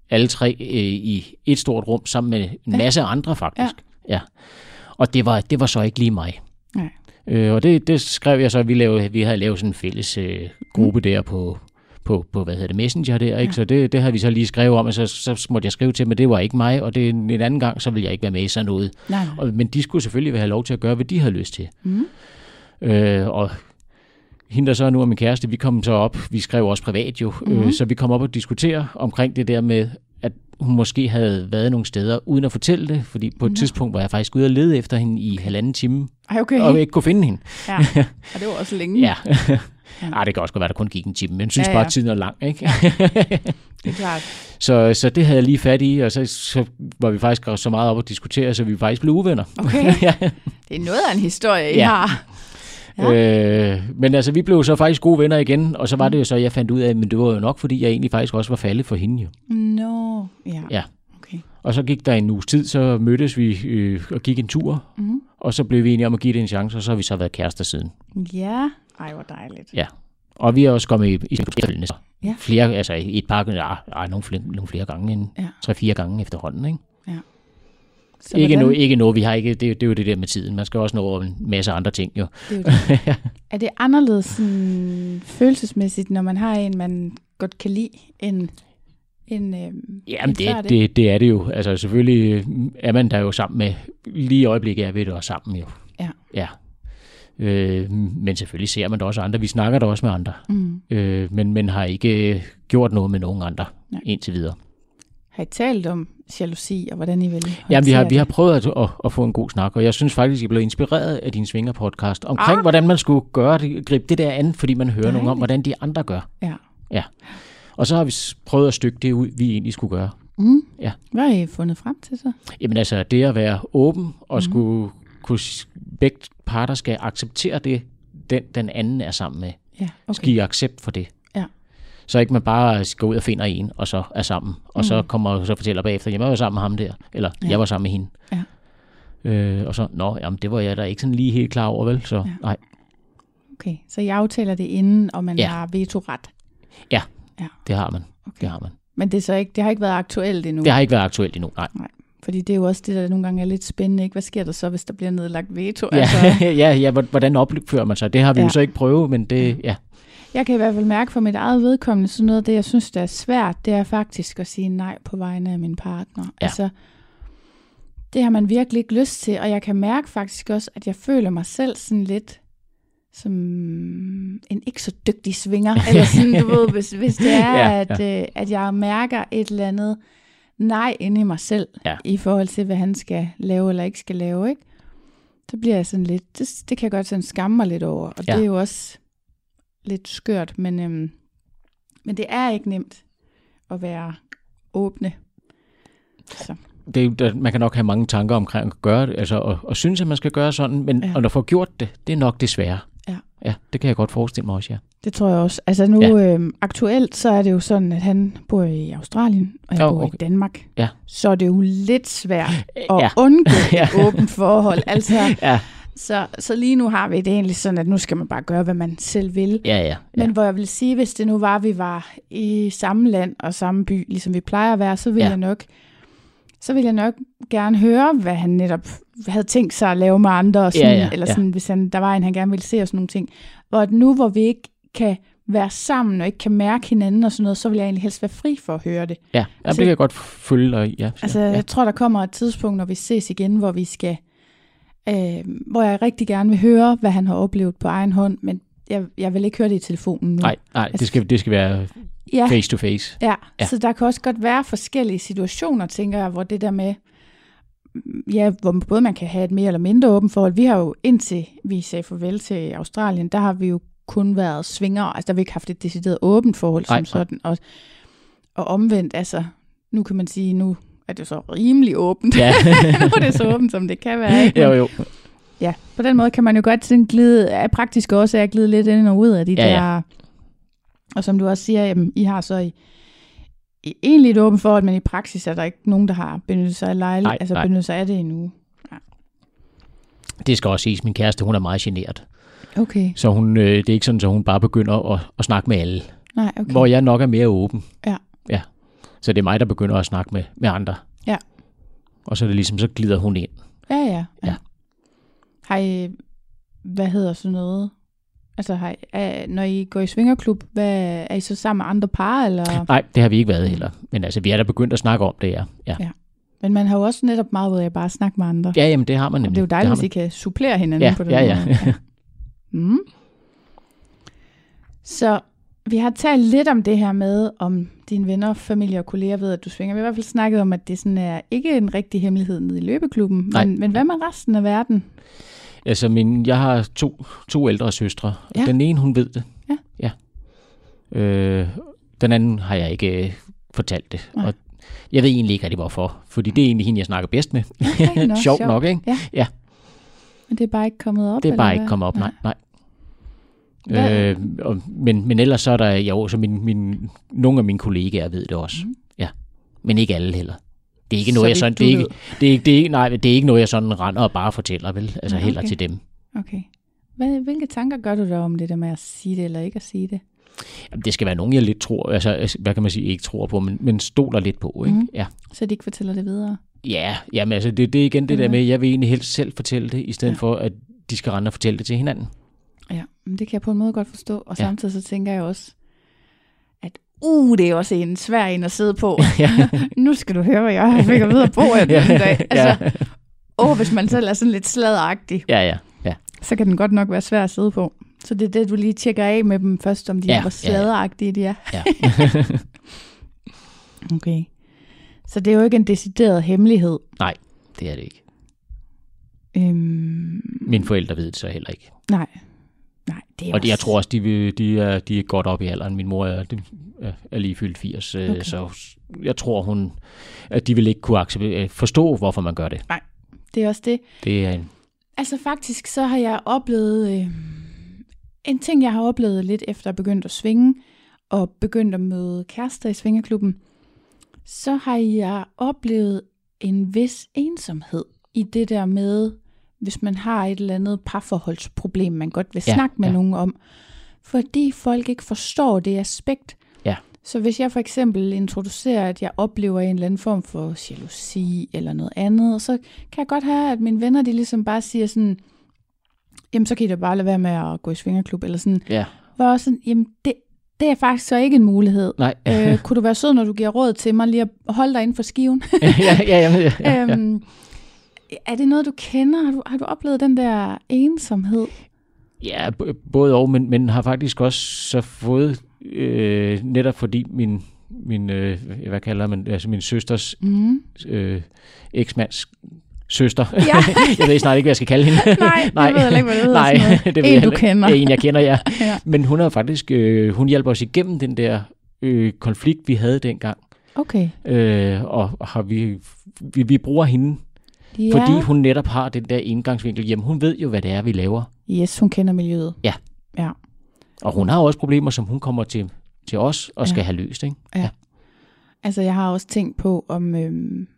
alle tre øh, i et stort rum sammen med en Ja. masse andre faktisk. Ja. Ja. Og det var, det var så ikke lige mig. Nej. Øh, og det, det skrev jeg så, at vi, lavede, vi havde lavet sådan en fælles øh, gruppe mm. der på, på, på, hvad hedder det, Messenger der, ikke? Ja. Så det, det havde vi så lige skrevet om, og så, så måtte jeg skrive til, men det var ikke mig, og det en anden gang, så ville jeg ikke være med i sådan noget. Nej, nej. Og, men de skulle selvfølgelig have lov til at gøre, hvad de havde lyst til. Mm. Øh, og hende der så nu er min kæreste, vi kom så op, vi skrev også privat jo, mm. øh, så vi kom op og diskutere omkring det der med, at hun måske havde været nogle steder uden at fortælle det, fordi på et ja. tidspunkt var jeg faktisk ude og lede efter hende i halvanden time, Ej, okay. og ikke kunne finde hende. Ja, og det var også længe. Ja. Ja. Ej, det kan også godt være, der kun gik en time, men jeg synes ja, ja. bare, at tiden er lang, ikke? Ja. Det er klart. så, så det havde jeg lige fat i, og så, så var vi faktisk så meget op at diskutere, så vi faktisk blev uvenner. Okay. Ja. Det er noget af en historie, I ja. har. Ja. Øh, men altså, vi blev så faktisk gode venner igen, og så var det jo så, jeg fandt ud af, men det var jo nok, fordi jeg egentlig faktisk også var faldet for hende jo. Nå, no. ja. Ja. Okay. Og så gik der en uges tid, så mødtes vi øh, og gik en tur, mm. og så blev vi enige om at give det en chance, og så har vi så været kærester siden. Ja, ej, hvor dejligt. Ja, og vi har også kommet i, i efterfølgende. Ja. Flere, altså i et par, ja, ej, nogle, flere, nogle flere gange, end ja. tre-fire gange efterhånden, ikke? Ja. Så ikke, no, ikke noget, vi har ikke, det, det er jo det der med tiden. Man skal også nå en masse andre ting, jo. Det er, jo det. Er det anderledes sådan, følelsesmæssigt, når man har en, man godt kan lide, end, end øhm, Jamen, det, det? Det, det er det jo. Altså, selvfølgelig er man der jo sammen med, lige i øjeblikket er vi der sammen, jo. Ja. Ja. Øh, men selvfølgelig ser man da også andre. Vi snakker da også med andre. Mm. Øh, men, men har ikke gjort noget med nogen andre Nej. indtil videre. Har I talt om jalousi, og hvordan I vil? Ja, vi har, vi har prøvet at, at, at få en god snak, og jeg synes faktisk, jeg blev inspireret af din Svinger-podcast omkring, ah. hvordan man skulle gøre det, gribe det der an, fordi man hører nogen om, hvordan de andre gør. Ja. Ja. Og så har vi prøvet at stykke det ud, vi egentlig skulle gøre. Mm. Ja. Hvad har I fundet frem til så? Jamen altså, det at være åben og mm. skulle kunne, begge parter skal acceptere det, den, den anden er sammen med. Ja, okay. Skal I accept for det. Ja. Så ikke man bare går ud og finder en, og så er sammen. Og mm. så kommer og så fortæller bagefter, jeg var sammen med ham der, eller ja. jeg var sammen med hende. Ja. Øh, og så, nå, jamen det var jeg da ikke sådan lige helt klar over, vel? Så ja. nej. Okay, så I aftaler det inden, og man ja. har vetoret? Ja, ja, det har man. Okay. Det har man. Men det, er så ikke, det har ikke været aktuelt endnu? Det har ikke været aktuelt endnu, nej. nej. Fordi det er jo også det, der nogle gange er lidt spændende, ikke? Hvad sker der så, hvis der bliver nedlagt veto? Ja, altså... ja, ja, hvordan opfører man sig? Det har vi ja. jo så ikke prøvet, men det, ja. Jeg kan i hvert fald mærke for mit eget vedkommende, så noget af det, jeg synes, der er svært, det er faktisk at sige nej på vegne af min partner. Ja. Altså, det har man virkelig ikke lyst til, og jeg kan mærke faktisk også, at jeg føler mig selv sådan lidt som en ikke så dygtig svinger, eller sådan, du ved, hvis, hvis det er, ja, at, ja. Øh, at jeg mærker et eller andet nej inde i mig selv, ja. i forhold til, hvad han skal lave eller ikke skal lave, ikke? Så bliver jeg sådan lidt, det, det kan jeg godt sådan skamme mig lidt over, og ja. det er jo også lidt skørt, men, øhm, men det er ikke nemt at være åbne. Så. Det, man kan nok have mange tanker omkring at gøre det, altså og, og synes, at man skal gøre sådan, men ja. at få gjort det, det er nok det svære. Ja. Ja, det kan jeg godt forestille mig også, ja. Det tror jeg også. Altså nu ja. øhm, aktuelt, så er det jo sådan, at han bor i Australien, og jeg oh, bor okay. i Danmark. Ja. Så er det jo lidt svært at ja. undgå ja. et åbent forhold. Altså, ja. så, så lige nu har vi det egentlig sådan, at nu skal man bare gøre, hvad man selv vil. Ja, ja, ja. Men hvor jeg vil sige, hvis det nu var, at vi var i samme land og samme by, ligesom vi plejer at være, så vil ja. jeg nok så vil jeg nok gerne høre, hvad han netop havde tænkt sig at lave med andre, og sådan, ja, ja, eller sådan, ja. hvis han, der var en, han gerne ville se, og sådan nogle ting. Og at nu, hvor vi ikke kan være sammen, og ikke kan mærke hinanden og sådan noget, så vil jeg egentlig helst være fri for at høre det. Ja, altså, det kan jeg godt følge dig i. Ja, altså, ja. jeg tror, der kommer et tidspunkt, når vi ses igen, hvor vi skal, øh, hvor jeg rigtig gerne vil høre, hvad han har oplevet på egen hånd, men jeg, jeg vil ikke høre det i telefonen nu. Nej, nej, altså, det, skal, det skal være ja, face to face. Ja, ja, så der kan også godt være forskellige situationer, tænker jeg, hvor det der med, ja, hvor både man kan have et mere eller mindre åbent forhold. Vi har jo, indtil vi sagde farvel til Australien, der har vi jo kun været svinger, altså der har vi ikke haft et decideret åbent forhold som nej, sådan, og, og omvendt, altså, nu kan man sige, nu er det så rimelig åbent. Ja. Nu er det så åbent, som det kan være, ikke? Men, jo, jo. Ja, på den måde kan man jo godt sådan glide, er praktisk også at glide lidt ind og ud af de ja, der, ja. Og som du også siger, jamen, I har så i, i egentlig et åbent forhold, men i praksis er der ikke nogen, der har benyttet sig af lejlighed, altså benyttet sig af det endnu. Ja. Det skal også siges, min kæreste, hun er meget genert. Okay. Så hun, øh, det er ikke sådan, at hun bare begynder at, at snakke med alle. Nej, okay. Hvor jeg nok er mere åben. Ja. Ja. Så det er mig, der begynder at snakke med, med andre. Ja. Og så er det ligesom, så glider hun ind. Ja, ja. ja. Ja. Har I, hvad hedder sådan noget? Altså, har I, er, når I går i svingerklub, hvad, er I så sammen med andre par, eller? Nej, det har vi ikke været heller. Men altså, vi er da begyndt at snakke om det, ja. ja. ja. Men man har jo også netop meget ved at bare snakke med andre. Ja, jamen det har man nemlig. Og det er jo dejligt, hvis I kan supplere hinanden ja, på den ja, måde. Ja, ja. mm. Så vi har talt lidt om det her med, om dine venner, familie og kolleger ved, at du svinger. Vi har i hvert fald snakket om, at det sådan er ikke en rigtig hemmelighed nede i løbeklubben. Men, men hvad med resten af verden? Altså, min, jeg har to, to ældre søstre. Ja. Den ene, hun ved det. Ja. ja. Øh, den anden har jeg ikke øh, fortalt det. Og jeg ved egentlig ikke rigtig hvorfor. Fordi det er egentlig hende, jeg snakker bedst med. Okay, no, Sjovt nok, ikke? Ja. ja. Men det er bare ikke kommet op? Det er bare ikke kommet op, nej. nej. Øh, og, men, men ellers så er der jo så min, min, nogle af mine kollegaer ved det også. Mm. Ja. Men ikke alle heller. Det er ikke noget, jeg sådan, det er ikke, det er ikke, det er, nej, det er ikke noget, jeg sådan render og bare fortæller, vel? Altså okay. heller til dem. Okay. Hvad, hvilke tanker gør du der om det der med at sige det eller ikke at sige det? Jamen, det skal være nogen, jeg lidt tror, altså hvad kan man sige, ikke tror på, men, men stoler lidt på, ikke? Mm. Ja. Så de ikke fortæller det videre? Ja, jamen altså det, det er igen det okay. der med, jeg vil egentlig helst selv fortælle det, i stedet ja. for, at de skal rende og fortælle det til hinanden. Ja, men det kan jeg på en måde godt forstå, og samtidig så tænker jeg også, at uh, det er også en svær en at sidde på. Ja. Nu skal du høre, hvad jeg fik at vide at bo her den dag. Altså, ja. åh, hvis man selv er sådan lidt sladderagtig, ja, ja, ja. så kan den godt nok være svær at sidde på. Så det er det, du lige tjekker af med dem først, om de ja, er, hvor sladderagtige de er. Ja. Okay. Så det er jo ikke en decideret hemmelighed. Nej, det er det ikke. Øhm... Mine forældre ved det så heller ikke. Nej. Nej, det er og også... jeg tror også, de, vil, de, er, de er godt op i alderen. Min mor er, de, er lige fyldt firs, okay. Så jeg tror, hun, at de vil ikke kunne acceptere, forstå, hvorfor man gør det. Nej, det er også det. Det er en... Altså faktisk, så har jeg oplevet... Øh, en ting, jeg har oplevet lidt efter at begyndt at svinge, og begyndt at møde kærester i svingerklubben, så har jeg oplevet en vis ensomhed i det der med, hvis man har et eller andet parforholdsproblem, man godt vil snakke ja, med ja. nogen om, fordi folk ikke forstår det aspekt. Ja. Så hvis jeg for eksempel introducerer, at jeg oplever en eller anden form for jalousi eller noget andet, så kan jeg godt have, at mine venner, de ligesom bare siger sådan, jamen så kan I da bare lade være med at gå i svingerklub, eller sådan. Ja. Hvor også sådan, jamen det, det er faktisk så ikke en mulighed. Nej. øh, kunne du være sød, når du giver råd til mig, lige at holde dig inden for skiven? ja, ja, ja, ja, ja. øhm, er det noget, du kender? Har du, har du oplevet den der ensomhed? Ja, b- både og, men, men har faktisk også så fået, øh, netop fordi min, min øh, hvad kalder man, altså min søsters mm. øh, eksmands søster. Ja. Jeg ved snart ikke, hvad jeg skal kalde hende. Nej, Nej. Jeg ved ikke, hvad det hedder. Nej, det ved en, jeg du kender. En, jeg kender, ja. ja. Men hun har faktisk, øh, hun hjælper os igennem den der øh, konflikt, vi havde dengang. Okay. Øh, og har vi, vi, vi bruger hende, ja. fordi hun netop har den der indgangsvinkel. Jamen, hun ved jo, hvad det er, vi laver. Yes, hun kender miljøet. Ja. Ja. Og hun har også problemer, som hun kommer til, til os og skal ja. have løst, ikke? Ja. ja. Altså, jeg har også tænkt på, om... Øhm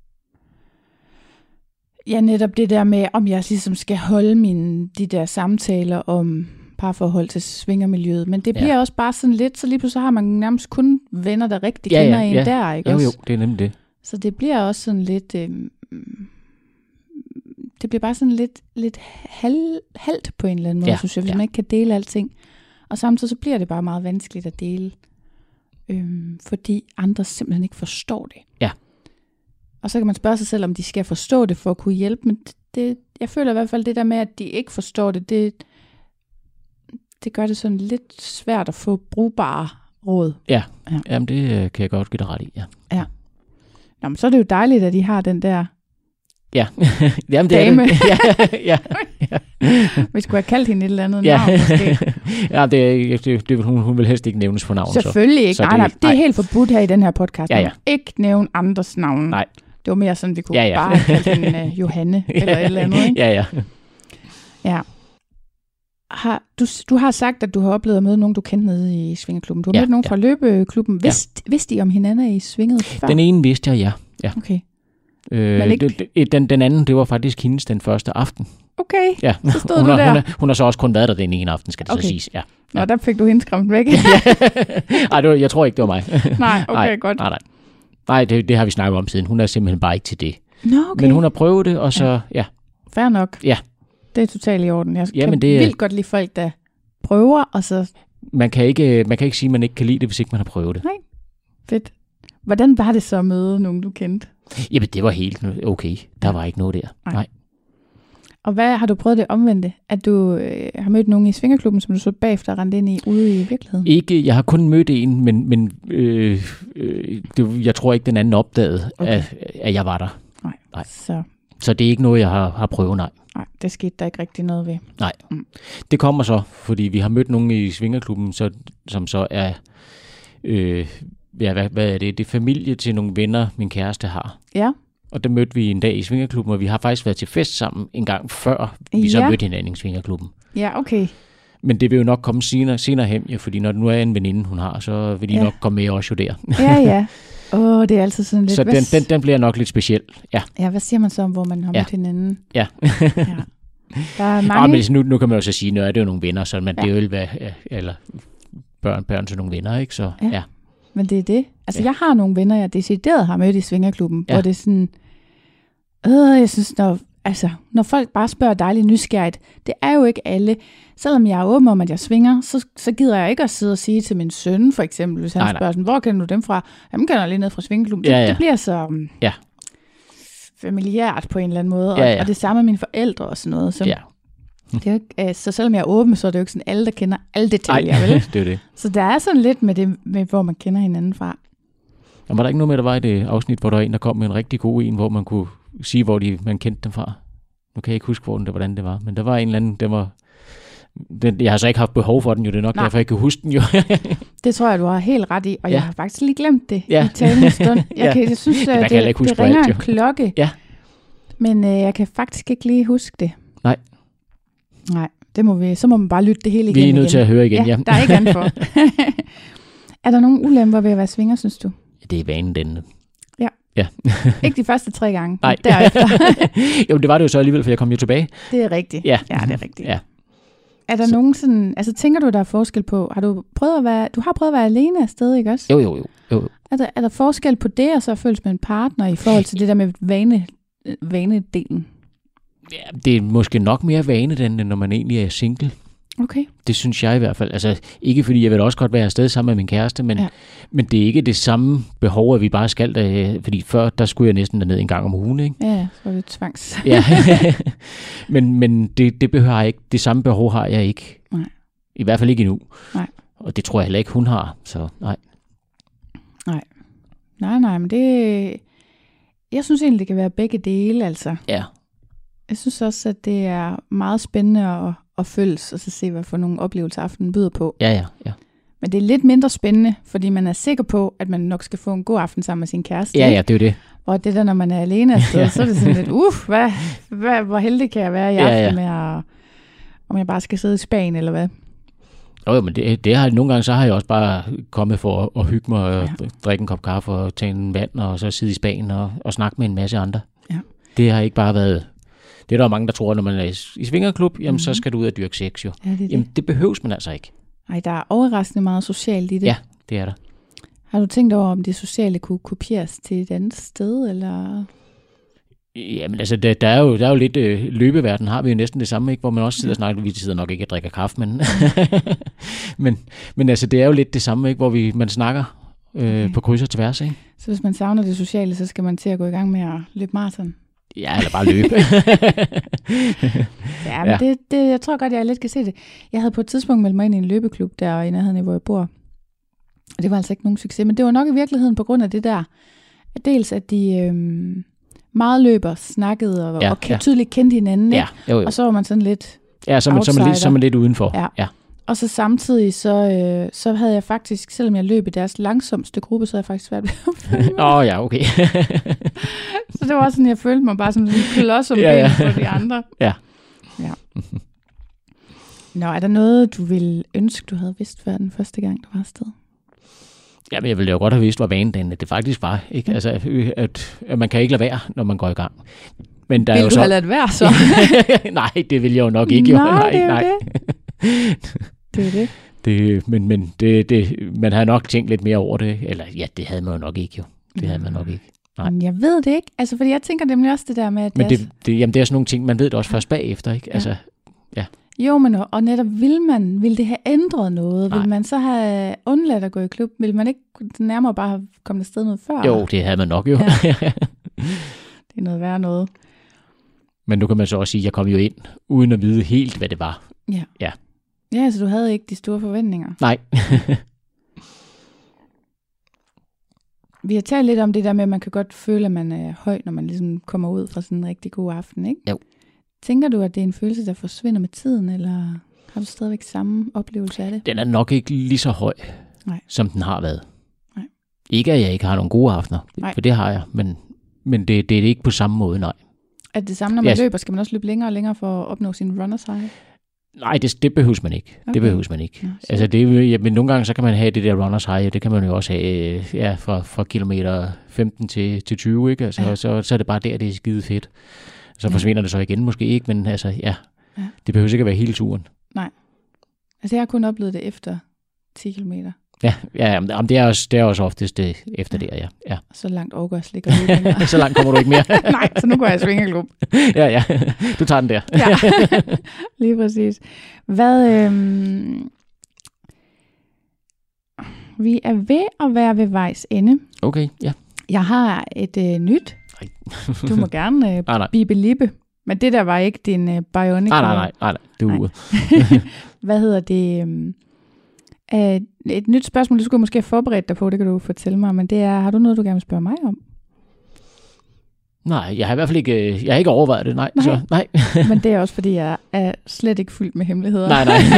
Ja, netop det der med, om jeg ligesom skal holde mine, de der samtaler om parforhold til svingermiljøet. Men det bliver ja. også bare sådan lidt, så lige pludselig har man nærmest kun venner, der rigtig ja, kender ja, en ja. der, ikke jo, også? Jo, det er nemlig det. Så det bliver også sådan lidt, øh, det bliver bare sådan lidt, lidt hal, halt på en eller anden måde, ja, synes jeg, hvis ja. man ikke kan dele alting. Og samtidig så bliver det bare meget vanskeligt at dele, øh, fordi andre simpelthen ikke forstår det. Ja. Og så kan man spørge sig selv, om de skal forstå det for at kunne hjælpe. Men det, jeg føler i hvert fald det der med, at de ikke forstår det, det, det gør det sådan lidt svært at få brugbare råd. Ja, ja. Jamen det kan jeg godt give dig ret i, ja. Ja. Nå, men så er det jo dejligt, at de har den der ja. Jamen, det dame. Er det. Ja, ja, ja. Vi skulle have kaldt hende et eller andet ja. navn, måske. Ja, det, det, det, hun, hun vil helst ikke nævnes på navn. Selvfølgelig ikke. Så nej, nej, det er nej. helt forbudt her i den her podcast. Ja, ja. Ikke nævne andres navn. Nej. Det var mere sådan, vi kunne ja, ja. bare have kaldt hende uh, Johanne, ja. eller et eller andet, ikke? Ja, ja. Ja. Har, du, du har sagt, at du har oplevet at møde nogen, du kendte nede i svingerklubben. Du har ja, mødt nogen ja. fra løbeklubben. Vidste, ja. vidste I om hinanden i svinget før? Den ene vidste jeg, ja. ja. Okay. Øh, Men ikke... det, den, den anden, det var faktisk hendes den første aften. Okay, ja. så stod hun du har, der. Hun har, hun har så også kun været der den ene aften, skal det okay. så siges. Ja. Ja. Nå, der fik du hende skræmt væk. Nej, det var, jeg tror ikke, det var mig. Nej, okay, nej, godt. Nej, nej. Nej, det, det har vi snakket om siden. Hun er simpelthen bare ikke til det. Nå, okay. Men hun har prøvet det, og så, ja. ja. Fair nok. Ja. Det er totalt i orden. Jeg Jamen, kan det, vildt godt lide folk, der prøver, og så... Man kan, ikke, man kan ikke sige, at man ikke kan lide det, hvis ikke man har prøvet det. Nej, fedt. Hvordan var det så at møde nogen, du kendte? Jamen, det var helt okay. Der var ikke noget der. Nej. Nej. Og hvad har du prøvet det omvendte? At du øh, har mødt nogen i svingerklubben, som du så bagefter rendte ind i ude i virkeligheden? Ikke, jeg har kun mødt en, men, men øh, øh, det, jeg tror ikke, den anden opdagede, okay. at, at jeg var der. Nej. Nej. Så. så det er ikke noget, jeg har, har prøvet, nej. Nej, det skete der ikke rigtig noget ved. Nej, mm. Det kommer så, fordi vi har mødt nogen i svingerklubben, så, som så er, øh, ja, hvad, hvad er det? Det er familie til nogle venner, min kæreste har. Ja. Og der mødte vi en dag i svingerklubben, og vi har faktisk været til fest sammen en gang før, vi ja. så mødte hinanden i svingerklubben. Ja, okay. Men det vil jo nok komme senere, senere hen, ja, fordi når det nu er en veninde, hun har, så vil de ja. nok komme med også jo der. Ja, ja. Åh, oh, det er altid sådan lidt... Så den, den, den bliver nok lidt speciel, ja. Ja, hvad siger man så om, hvor man har ja. mødt hinanden? Ja. ja. Der er mange... Ah, men nu, nu kan man jo så sige, at det er jo nogle venner, så man, ja. det vil være, eller børn, børn til nogle venner, ikke? Så, ja. ja. Men det er det. Altså, ja. jeg har nogle venner, jeg decideret har mødt i svingerklubben, ja. hvor det er sådan... Øh, jeg synes, når, altså, når folk bare spørger dejligt nysgerrigt, det er jo ikke alle. Selvom jeg er åben om, at jeg svinger, så, så gider jeg ikke at sidde og sige til min søn, for eksempel, hvis han nej, spørger sådan, hvor kender du dem fra? Jamen, kender jeg lige ned fra svingerklubben. Det, ja, ja. det bliver så um, ja. familiært på en eller anden måde. Og, ja, ja. og det samme med mine forældre og sådan noget. Så, ja. det er ikke, så selvom jeg er åben, så er det jo ikke sådan alle, der kender alle detaljer. Ej, vel? det er det. Så der er sådan lidt med det, med, hvor man kender hinanden fra. Og var der ikke noget med, der var i det afsnit, hvor der var en, der kom med en rigtig god en, hvor man kunne sige, hvor de, man kendte dem fra? Nu kan jeg ikke huske, hvor den, hvordan det var. Men der var en eller anden, der var... Den, jeg har så ikke haft behov for den jo, det er nok Nej. derfor, jeg kan huske den jo. Det tror jeg, du har helt ret i, og ja. jeg har faktisk lige glemt det ja. i talende stund. Jeg, ja. kan, jeg synes, det, det, det, det ringer alt, en klokke, ja. men øh, jeg kan faktisk ikke lige huske det. Nej. Nej, det må vi, så må man bare lytte det hele igen. Vi er nødt igen. til at høre igen, ja. ja. Der er ikke andet for. Er der nogle ulemper ved at være svinger, synes du? Det er vanen den. Ja. ja. Ikke de første tre gange. Nej. Derefter. Jo, det var det jo så alligevel, for jeg kom jo tilbage. Det er rigtigt. Ja, ja det er rigtigt. Ja. Er der så. nogen sådan, altså tænker du, der er forskel på, har du prøvet at være, du har prøvet at være alene afsted, ikke også? Jo, jo, jo. jo. Er, der, er der forskel på det, og så føles med en partner, i forhold til det der med vane, vanedelen? Ja, det er måske nok mere vane, end når man egentlig er single. Okay. Det synes jeg i hvert fald. Altså, ikke fordi jeg vil også godt være afsted sammen med min kæreste, men, ja. men det er ikke det samme behov, at vi bare skal der, fordi før, der skulle jeg næsten derned en gang om ugen, ikke? Ja, så var det tvangs. ja, men, men det, det behøver jeg ikke. Det samme behov har jeg ikke. Nej. I hvert fald ikke endnu. Nej. Og det tror jeg heller ikke, hun har, så nej. Nej. Nej, nej, men det... Jeg synes egentlig, det kan være begge dele, altså. Ja. Jeg synes også, at det er meget spændende at, at følges, og så se, hvad for nogle oplevelser aftenen byder på. Ja, ja, ja. Men det er lidt mindre spændende, fordi man er sikker på, at man nok skal få en god aften sammen med sin kæreste. Ja, ja, det er jo det. Og det der, når man er alene afsted, ja. så er det sådan lidt, uff, hvad, hvad, hvor heldig kan jeg være i aften ja, ja. med, at, om jeg bare skal sidde i Spanien, eller hvad? Jo, men det, det har, nogle gange så har jeg også bare kommet for at, at hygge mig og ja. drikke en kop kaffe og tage en vand, og så sidde i Spanien og, og snakke med en masse andre. Ja. Det har ikke bare været... Det er der mange, der tror, når man er i svingerklub, jamen mm-hmm. så skal du ud og dyrke sex jo. Ja, det, det. Jamen det behøves man altså ikke. Nej, der er overraskende meget socialt i det. Ja, det er der. Har du tænkt over, om det sociale kunne kopieres til et andet sted, eller... Jamen altså, der, der, er, jo, der er jo lidt øh, løbeverden, har vi jo næsten det samme, ikke? Hvor man også sidder og snakker, vi sidder nok ikke og drikker kaffe, men, men, men altså, det er jo lidt det samme, ikke? Hvor vi, man snakker øh, okay. på kryds og tværs, ikke? Så hvis man savner det sociale, så skal man til at gå i gang med at løbe maraton? Ja, eller bare løbe. ja, men ja. Det, det, jeg tror godt, jeg lidt kan se det. Jeg havde på et tidspunkt meldt mig ind i en løbeklub, der i nærheden af, hvor jeg bor. Og det var altså ikke nogen succes, men det var nok i virkeligheden på grund af det der. At dels, at de øhm, meget løber, snakkede og, ja, og ja. tydeligt kendte hinanden. Ja, jo, jo. Og så var man sådan lidt Ja, så er man, så er man, lidt, så er man lidt udenfor. Ja. ja. Og så samtidig, så, øh, så havde jeg faktisk, selvom jeg løb i deres langsomste gruppe, så havde jeg faktisk svært ved at følge med. Åh oh, ja, okay. Så det var sådan, jeg følte mig bare som sådan en klods om ja, ja. benet for de andre. Ja. ja. Nå, er der noget, du ville ønske, du havde vidst før den første gang, du var afsted? Jamen, jeg ville jo godt have vidst, hvor vanen det faktisk var. Ikke? Altså, at, at man kan ikke lade være, når man går i gang. Men der vil er jo du så... have ladet være, så? Nej, det vil jeg jo nok ikke. Nej, jo. nej det er nej. det. Det er det. det men men det, det, man havde nok tænkt lidt mere over det. Eller ja, det havde man jo nok ikke jo. Det havde man nok ikke. Nej. Men jeg ved det ikke. Altså, fordi jeg tænker nemlig også det der med, at Men det, det, det, jamen, det er sådan nogle ting, man ved det også først bagefter, ikke? Altså, ja. Jo, men og netop vil man, vil det have ændret noget? Nej. Vil man så have undladt at gå i klub? Vil man ikke nærmere bare have kommet afsted noget før? Jo, det havde man nok jo. Ja. Det er noget værre noget. Men nu kan man så også sige, at jeg kom jo ind, uden at vide helt, hvad det var. Ja. Ja. Ja, altså du havde ikke de store forventninger. Nej. Vi har talt lidt om det der med, at man kan godt føle, at man er høj, når man ligesom kommer ud fra sådan en rigtig god aften, ikke? Jo. Tænker du, at det er en følelse, der forsvinder med tiden, eller har du stadigvæk samme oplevelse af det? Den er nok ikke lige så høj, Nej. som den har været. Nej. Ikke at jeg ikke har nogle gode aftener, Nej. for det har jeg, men, men det, det er ikke på samme måde, nej. Er det samme, når man Ja. løber? Skal man også løbe længere og længere for at opnå sin runners high? Nej, det, det behøves man ikke. Okay. Det behøves man ikke. Ja, Altså det, ja, men nogle gange så kan man have det der runners high, og det kan man jo også have øh, ja, fra, fra kilometer femten til, til tyve, ikke? Altså, Ja. så, så er det bare der, det er skide fedt. Så Ja. forsvinder det så igen måske ikke, men altså ja, Ja. det behøver ikke at være hele turen. Altså jeg har kun oplevet det efter ti kilometer. Ja, ja jamen, jamen, det, er også, det er også oftest det, efter det, ja. ja. Så langt overgår jeg slet ikke at løbe længere. Så langt kommer du ikke mere. Nej, så nu går jeg i svingerklub. Ja, ja. Du tager den der. Ja, lige præcis. Hvad, øhm, vi er ved at være ved vejs ende. Okay, ja. Jeg har et øh, nyt. Nej. Du må gerne øh, Nej, nej. bibe lippe. Men det der var ikke din øh, bionic. Nej, nej, nej, nej, nej. Du Nej. Hvad hedder det? øhm, Øh, et nyt spørgsmål, du skulle måske have forberedt dig på, det kan du fortælle mig, men det er, har du noget, du gerne vil spørge mig om? Nej, jeg har i hvert fald ikke, øh, jeg har ikke overvejet det, nej. Nej. Så, nej. Men det er også, fordi jeg er slet ikke fyldt med hemmeligheder. nej, nej.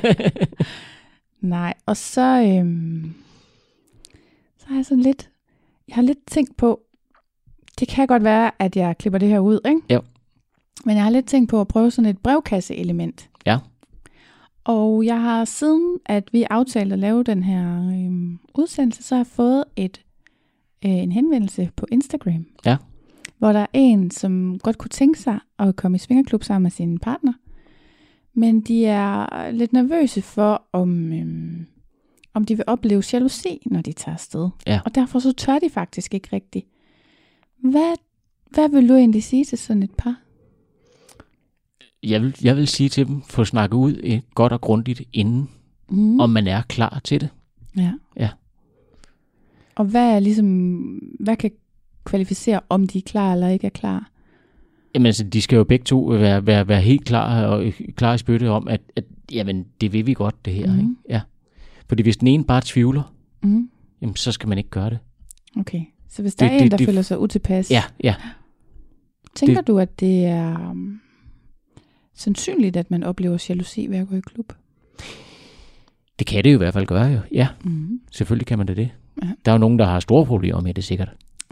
Nej, og så, øhm, så har jeg sådan lidt, jeg har lidt tænkt på, det kan godt være, at jeg klipper det her ud, ikke? Jo. Men jeg har lidt tænkt på at prøve sådan et brevkasse-element. Ja. Og jeg har siden, at vi aftalte at lave den her øhm, udsendelse, så har jeg fået et, øh, en henvendelse på Instagram. Ja. Hvor der er en, som godt kunne tænke sig at komme i svingerklub sammen med sin partner. Men de er lidt nervøse for, om, øhm, om de vil opleve jalousi, når de tager afsted. Ja. Og derfor så tør de faktisk ikke rigtigt. Hvad, hvad vil du egentlig sige til sådan et par? Jeg vil, jeg vil sige til dem, få snakket ud eh, godt og grundigt inden, Mm. om man er klar til det. Ja. Ja. Og hvad er ligesom, hvad kan kvalificere, om de er klar eller ikke er klar? Jamen altså, de skal jo begge to være, være, være helt klar og klar i spytte om, at, at jamen, det vil vi godt, det her. Mhm. Ikke? Ja. Fordi hvis den ene bare tvivler, Mm. jamen, så skal man ikke gøre det. Okay, så hvis der Det- er en, det- der det- føler sig utilpas, Ja, ja. tænker det- du, at det er um, sandsynligt, at man oplever jalousi ved at gå i klub? Det kan det jo i hvert fald gøre, jo. Ja, Mm. selvfølgelig kan man det det. Ja. Der er jo nogen, der har store problemer med det, sikkert.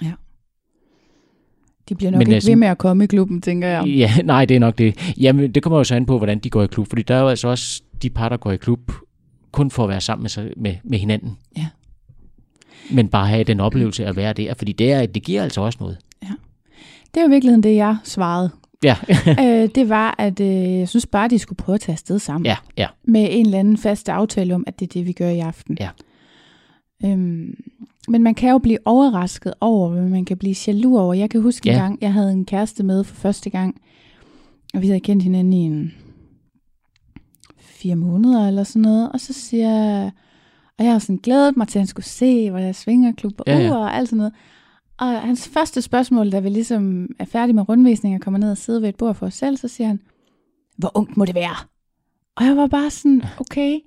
De bliver nok Men ikke altså- ved med at komme i klubben, tænker jeg. Ja, nej, det er nok det. Jamen, det kommer jo så an på, hvordan de går i klub. Fordi der er jo altså også de par, der går i klub, kun for at være sammen med, sig, med, med hinanden. Ja. Men bare have den oplevelse af at være der. Fordi det, er, det giver altså også noget. Det er jo i virkeligheden det, jeg svarede. Ja, øh, det var, at øh, jeg synes bare, de skulle prøve at tage afsted sammen. ja, ja. Med en eller anden fast aftale om, at det er det, vi gør i aften. Ja. Øhm, men man kan jo blive overrasket over, hvad man kan blive jaloux over. Jeg kan huske Ja. en gang, jeg havde en kæreste med for første gang, og vi havde kendt hinanden i en fire måneder eller sådan noget, og så siger jeg, og jeg har sådan glædet mig til, at han skulle se, hvor der er svingerklub og Ja, ja. uger og alt sådan noget. Og hans første spørgsmål, da vi ligesom er færdige med rundvisning og kommer ned og sidder ved et bord for os selv, så siger han, hvor ungt må det være? Og jeg var bare sådan, okay.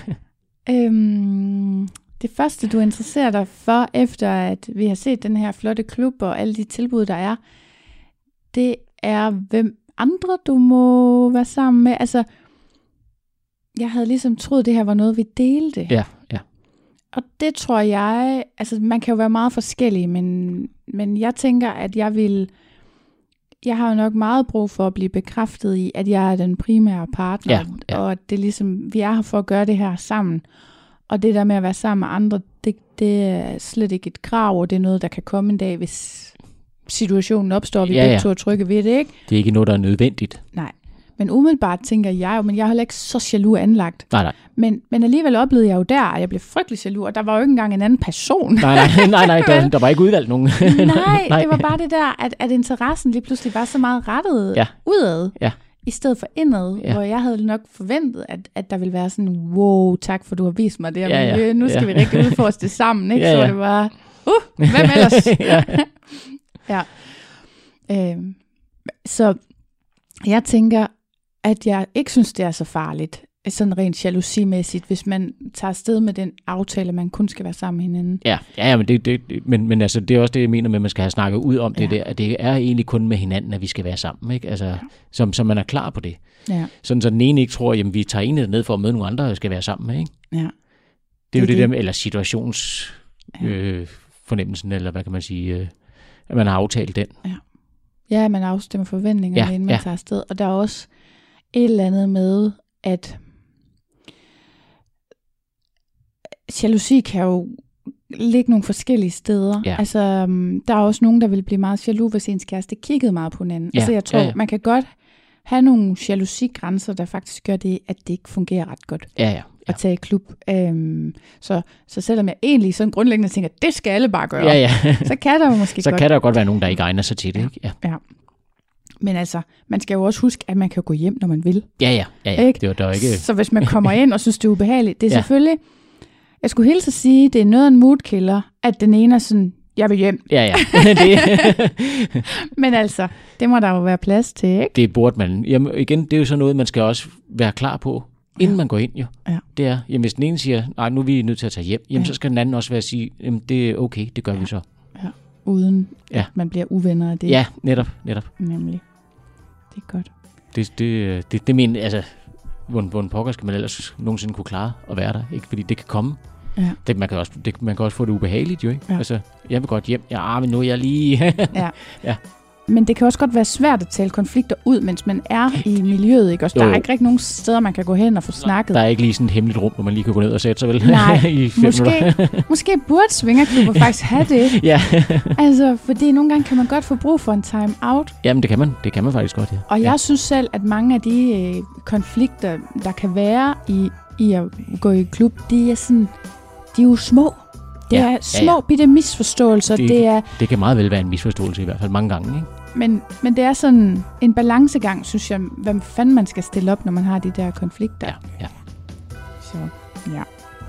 øhm, det første, du interesserer dig for, efter at vi har set den her flotte klub og alle de tilbud, der er, det er, hvem andre du må være sammen med. Altså, jeg havde ligesom troet, det her var noget, vi delte. Ja, ja. Og det tror jeg, altså man kan jo være meget forskellig, men, men jeg tænker, at jeg vil, jeg har jo nok meget brug for at blive bekræftet i, at jeg er den primære partner, Ja, ja. og at det ligesom, vi er her for at gøre det her sammen. Og det der med at være sammen med andre, det, det er slet ikke et krav, og det er noget, der kan komme en dag, hvis situationen opstår, og vi Ja, begge ja. to er trygge ved det, ikke? Det er ikke noget, der er nødvendigt. Nej. Men umiddelbart tænker jeg jo, men jeg er heller ikke så jaloux anlagt. Nej, nej. Men, men alligevel oplevede jeg jo der, at jeg blev frygtelig jaloux, og der var jo ikke engang en anden person. Nej, nej, nej, nej der, der var ikke udvalgt nogen. nej, nej, det var bare det der, at, at interessen lige pludselig var så meget rettet ja. udad, ja. i stedet for indad, ja. hvor jeg havde nok forventet, at, at der ville være sådan, wow, tak for du har vist mig det her ja, miljø, ja. nu skal ja. vi rigtig udforske det sammen, ikke? Ja, ja. Så det var, uh, hvem ellers? ja. ja. Øhm, så jeg tænker, at jeg ikke synes, det er så farligt, sådan rent jalousimæssigt, hvis man tager afsted med den aftale, at man kun skal være sammen med hinanden. Ja, ja, men, det, det, men, men altså, det er også det, jeg mener med, at man skal have snakket ud om ja. det der, at det er egentlig kun med hinanden, at vi skal være sammen, ikke? Altså, ja. som, som man er klar på det. Ja. Sådan, så den ene ikke tror, at vi tager en ned for at møde nogle andre, og skal være sammen med, ikke? Ja. Det er det jo det, det der med, eller situationsfornemmelsen, ja. øh, eller hvad kan man sige, øh, at man har aftalt den. Ja, ja man afstemmer forventningerne, ja. inden man ja. tager afsted. Og der er også et eller andet med, at jalousi kan jo ligge nogle forskellige steder. Ja. Altså, der er også nogen, der vil blive meget jaloux, hvis ens kæreste kiggede meget på hinanden. Ja. Altså, jeg tror, ja, ja. man kan godt have nogle jalousigrænser, der faktisk gør det, at det ikke fungerer ret godt ja, ja, ja. at tage i klub. Øhm, så, så selvom jeg egentlig sådan grundlæggende tænker, at det skal alle bare gøre, ja, ja. så kan der jo måske så godt... Så kan der jo godt være nogen, der ikke egner sig til det. Ikke? Ja. ja. Men altså, man skal jo også huske, at man kan gå hjem, når man vil. Ja, ja. ja, ja. Ikke? Det var der ikke... Så hvis man kommer ind og synes, det er ubehageligt, det er ja. selvfølgelig... Jeg skulle hilse at sige, det er noget af en moodkiller, at den ene er sådan, jeg vil hjem. Ja, ja. det. Men altså, det må der jo være plads til, ikke? Det burde man. Jamen igen, det er jo sådan noget, man skal også være klar på, inden ja. man går ind jo. Ja. Det er, jamen hvis den ene siger, nej, nu er vi nødt til at tage hjem, jamen ja. så skal den anden også være at sige, jamen det er okay, det gør ja. vi så. Ja. Uden ja. at man bliver uvenner af det. Ja, netop, netop. Nemlig. Det er godt. Det, det, det, det mener, altså, hvordan pokker skal man ellers nogensinde kunne klare at være der, ikke? Fordi det kan komme. Ja. Det, man, kan også, det, man kan også få det ubehageligt jo, ikke? Ja. Altså, jeg vil godt hjem. Ja, men nu er jeg lige... ja. ja. Men det kan også godt være svært at tale konflikter ud, mens man er i miljøet, ikke? Også, der er ikke rigtig nogen steder, man kan gå hen og få snakket. Der er ikke lige sådan et hemmeligt rum, hvor man lige kan gå ned og sætte sig vel. Nej, i fem måske, måske burde swingerklubber faktisk have det. ja. Altså, fordi nogle gange kan man godt få brug for en time out. Jamen, det kan man. Det kan man faktisk godt, ja. Og ja. jeg synes selv, at mange af de øh, konflikter, der kan være i, i at gå i klub, de er sådan... De er jo små. Det ja, er små ja, ja. bitte misforståelser. Det, det, er, det kan meget vel være en misforståelse, i hvert fald mange gange. Ikke? Men, men det er sådan en balancegang, synes jeg, hvad fanden man skal stille op, når man har de der konflikter. Ja, ja. Så, ja.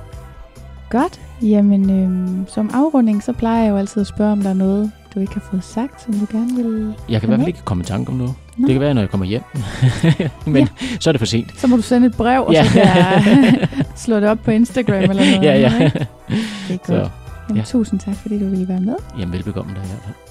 Godt. Jamen, øhm, som afrunding, så plejer jeg jo altid at spørge, om der er noget, du ikke har fået sagt, som du gerne vil... Jeg kan i hvert fald ikke komme i tanke om noget. Nå. Det kan være, når jeg kommer hjem. Men ja. så er det for sent. Så må du sende et brev, og ja. så kan jeg slå det op på Instagram eller noget. ja, ja. Andet, det er godt. Så, Jamen, ja. tusind tak, fordi du ville være med. Jamen, velbekomme dig i hvert fald.